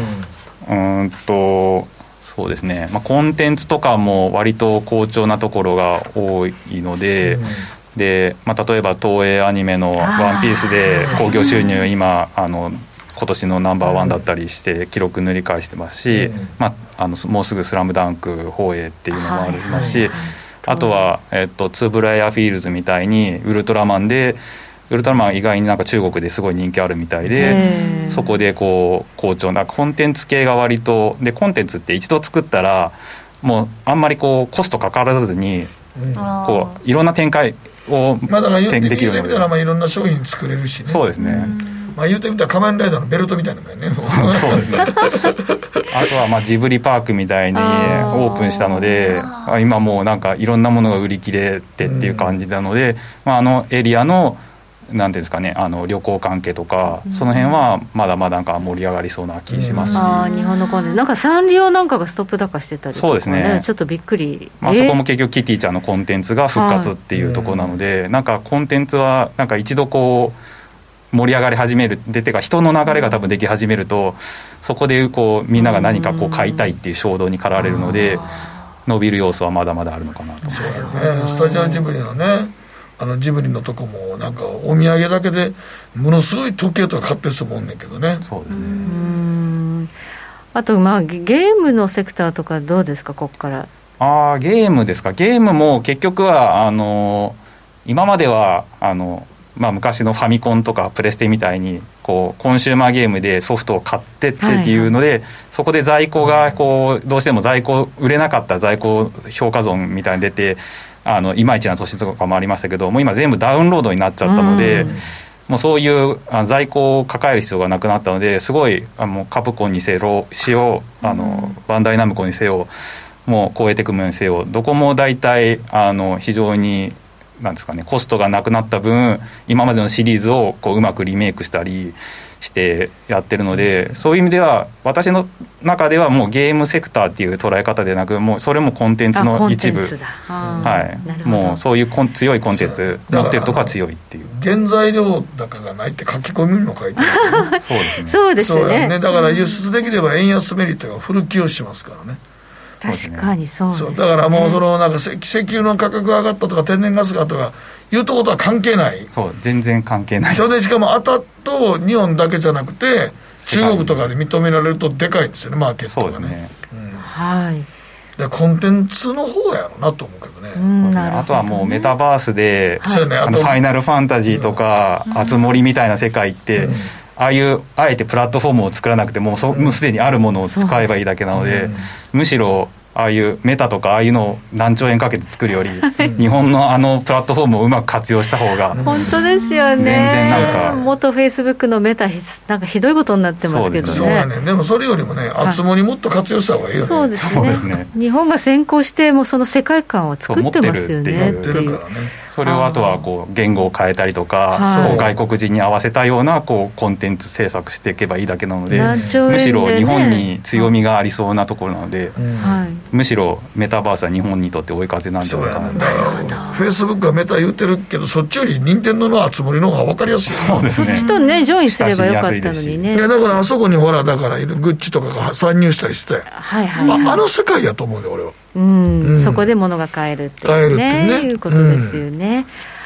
そうですね、まあ、コンテンツとかも割と好調なところが多いので、でまあ、例えば東映アニメのワンピースで興行収入今今年のナンバーワンだったりして記録塗り返してますし、まあ、もうすぐスラムダンク放映っていうのもありますし、あとは、ツーブライアフィールズみたいにウルトラマン意外になんか中国ですごい人気あるみたいで、そこでこう好調なコンテンツ系が割とで、コンテンツって一度作ったらもうあんまりこうコストかからずにこういろんな展開をできるので、
言ってみたらまあいろんな商品作れるしね。
そうですね、
まあ、言うてみたら仮面ライダーのベルトみたいなもんね。
そうですねあとはまあジブリパークみたいにオープンしたので、今もうなんかいろんなものが売り切れてっていう感じなので、まあ、エリアのなんていうんですかね、旅行関係とか、その辺はまだまだなんか盛り上がりそうな気しますし、
日本のコンテンツなんかサンリオなんかがストップ高してたりとか、ね、そうですね、ちょっとびっくり、
まあ、そこも結局キティちゃんのコンテンツが復活っていうところなので、なんかコンテンツはなんか一度こう盛り上がり始めるで、てか人の流れが多分でき始めると、そこでこうみんなが何かこう買いたいっていう衝動に駆られるので、伸びる要素はまだまだあるのかなと。
そうだね、スタジオジブリのね、ジブリのとこもなんかお土産だけでものすごい時計とか買ってる人もおんねんけどね。
そうですね。
あとまあゲームのセクターとかどうですか、ここから。
ゲームですか。ゲームも結局は今まではまあ、昔のファミコンとかプレステみたいにこうコンシューマーゲームでソフトを買ってっていうので、そこで在庫がこうどうしても売れなかった在庫評価損みたいに出ていまいちな年とかもありましたけど、もう今全部ダウンロードになっちゃったので、もうそういう在庫を抱える必要がなくなったので、すごいカプコンにせよバンダイナムコにせよもう超えてくものにせよ、どこも大体非常になんですかね、コストがなくなった分今までのシリーズをこううまくリメイクしたりしてやってるので、そういう意味では私の中ではもうゲームセクターっていう捉え方でなく、もうそれもコンテンツの一部、もうそういう強いコンテンツ持ってるとこは強いっていう。
原材料高がないって書き込みにも書いてある
そうですね。そうですね。
だから輸出できれば円安メリットがフル寄与しますからね。
確かにそうですね。
だからもうなんか石油の価格が上がったとか天然ガスがとかいうとことは関係ない。
そう全然関係ない。
それでしかもと日本だけじゃなくて中国とかで認められるとでかいんですよね、マーケットがね。そうですね、
はい。
でコンテンツの方やろうなと思うけどね。
あとはもうメタバースで、ファイナルファンタジーとかあつ森みたいな世界って、あえてプラットフォームを作らなくてもうすでにあるものを使えばいいだけなので、むしろああいうメタとかああいうのを何兆円かけて作るより、日本のプラットフォームをうまく活用した方が
本当ですよね。全然なんか元フェイスブックのメタなんかひどいことになってますけどね。
そうだね。でもそれよりもね、あつ森もっと活用した方がいいよね。
そうですね。日本が先行してもうその世界観を作ってますよねっていう。
それをあとはこう言語を変えたりとか、外国人に合わせたようなこうコンテンツ制作していけばいいだけなので、むしろ日本に強みがありそうなところなので、むしろメタバースは日本にとって追い風なんじゃないかな。
フェイスブックはメタ言うてるけど、そっちより任天堂のあつ森の方が分かりやすい。
そうですね。
そっちとねジョインすればよかったのにね。
だからあそこにほらだからグッチとかが参入したりして、あの世界やと思うんで俺は。
そこで物が買えるっていうねいうことですよね。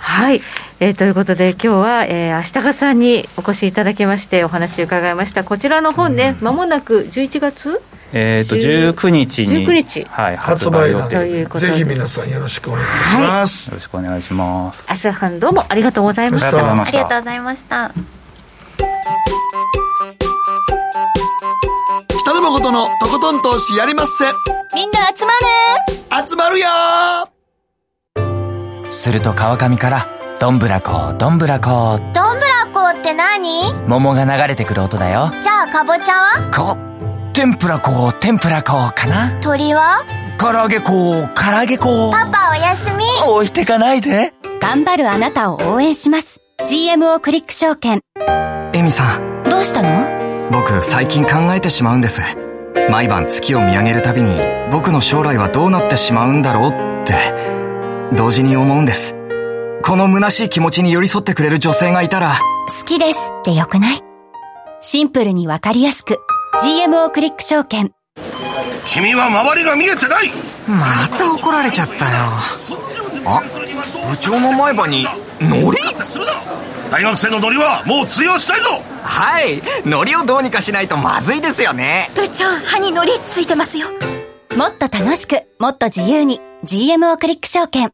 はい、ということで今日は、足高さんにお越しいただきましてお話を伺いました。こちらの本ね、間もなく11月
19日に
19日、
はい、
発売
ということで、
ぜひ皆さんよろしくお願いします、
よろしくお願いします。
足高さんどうもありがとうございました。
ありがとうございました。
北野誠のとことん投資やりまっせ。
みんな集ま
集まるよ
ー。すると川上からどんぶらこどんぶらこ。
どんぶらこって何？
桃が流れてくる音だよ。
じゃあかぼちゃは？
天ぷらこ天ぷらこかな。
鳥は？
唐揚げこ唐揚げこ。
パパおやすみ。
置いてかないで。
頑張るあなたを応援します。 GMO クリック証券。
エミさん、
どうしたの？
僕最近考えてしまうんです。毎晩月を見上げるたびに僕の将来はどうなってしまうんだろうって同時に思うんです。この虚しい気持ちに寄り添ってくれる女性がいたら。
好きですってよくない？シンプルにわかりやすく GMO クリック証券。
君は周りが見えてない。
また怒られちゃったよ。あ、部長の前歯にノリ。
大学生のノリはもう通用したいぞ。
はい、ノリをどうにかしないとまずいですよね。
部長、歯にノリついてますよ。もっと楽しく、もっと自由に GMO クリック証券。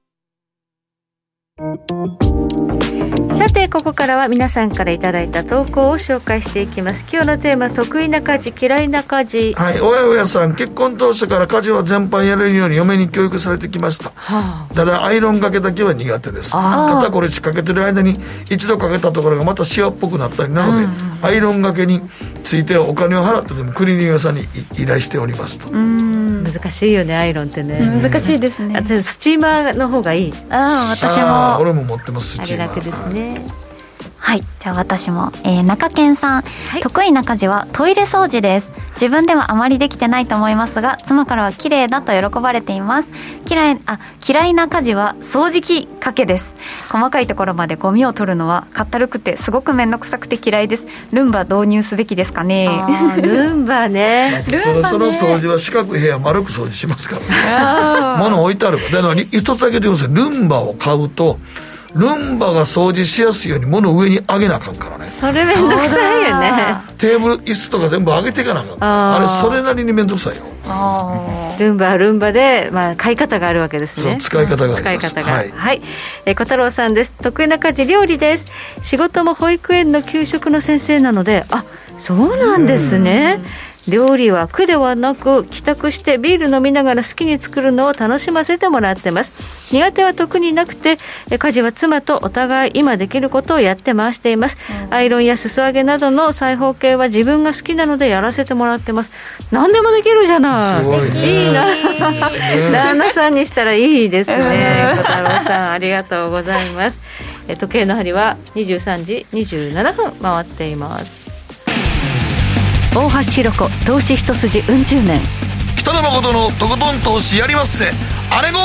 さてここからは皆さんからいただいた投稿を紹介していきます。今日のテーマ、得意な家事嫌いな家事。
はい、おやさん、結婚当初から家事は全般やれるように嫁に教育されてきました、ただアイロンがけだけは苦手です。肩こりちかけてる間に一度かけたところがまたシワっぽくなったりなので、アイロンがけについてはお金を払ってでもクリーニング屋さんに依頼しておりますと。
難しいよね、アイロンってね。
難しいですね。
スチーマーの方がいい。
私も。
俺も持ってます、スチーマー。
あれ楽ですね。
はい、じゃあ私も、中堅さん、はい、得意な家事はトイレ掃除です。自分ではあまりできてないと思いますが、妻からは綺麗だと喜ばれています。嫌いな家事は掃除機かけです。細かいところまでゴミを取るのはかったるくてすごく面倒くさくて嫌いです。ルンバ導入すべきですかね。
ルンバね。
普通のその掃除は四角い部屋丸く掃除しますからね。物置いてあるから。だから一つだけで言うんですよ。ルンバを買うとルンバが掃除しやすいように物を上に上げなあかんからね。
それめんどくさいよね。
テーブル椅子とか全部上げていかなあかん。あれそれなりにめんどくさいよ。
ルンバはルンバで、買い方があるわけですね。
そう、使い方があります。
使い方が、はい、小太郎さんです。得意な家事料理です。仕事も保育園の給食の先生なので、そうなんですね。料理は苦ではなく、帰宅してビール飲みながら好きに作るのを楽しませてもらってます。苦手は特になくて、家事は妻とお互い今できることをやって回しています。アイロンや裾上げなどの裁縫系は自分が好きなのでやらせてもらってます。何でもできるじゃない。
すごいね。
いいな。旦那さんにしたらいいですね。小太郎さん、ありがとうございます。時計の針は23時27分回っています。大橋ひろ子、投資一筋うん十年。
北野誠のとことん投資やりまっせ。あれごー。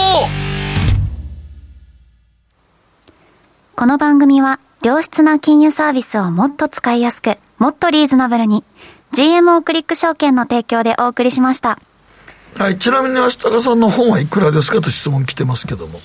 この番組は良質な金融サービスをもっと使いやすく、もっとリーズナブルに GMO クリック証券の提供でお送りしました。
はい、ちなみに足高さんの本はいくらですかと質問来てますけども、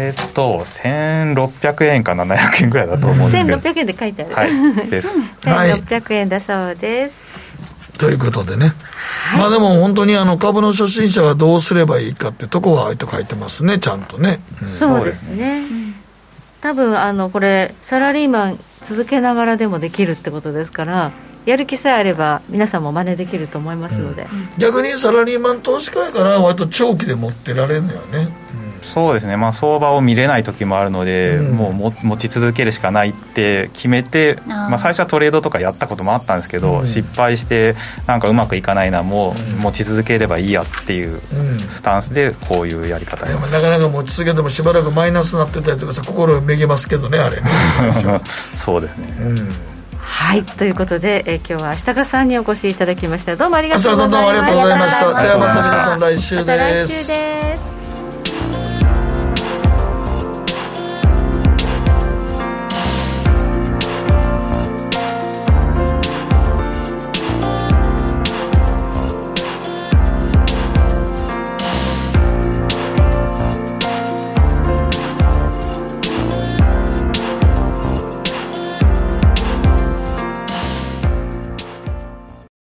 1600円か700円ぐらいだと思うんですけど、
1600円で書いてある、
はいです
1600円だそうです。
ということでね、でも本当に株の初心者はどうすればいいかってとこは書いてますね、ちゃんとね、
そうですね、多分これサラリーマン続けながらでもできるってことですから、やる気さえあれば皆さんも真似できると思いますので、
逆にサラリーマン投資家やから割と長期で持ってられるのよね、
そうですね、相場を見れない時もあるので、もう持ち続けるしかないって決めて、最初はトレードとかやったこともあったんですけど、失敗してなんかうまくいかないな、もう持ち続ければいいやっていうスタンスでこういうやり方に、
なかなか持ち続けてもしばらくマイナスになってたりとかさ、心をめげますけどね、あれね
そうですね、
はい、ということで、今日は足高さんにお越しいただきました。どうもありがとうございました。
足高さんどうもありがとうございました。ではまた皆さん来週です。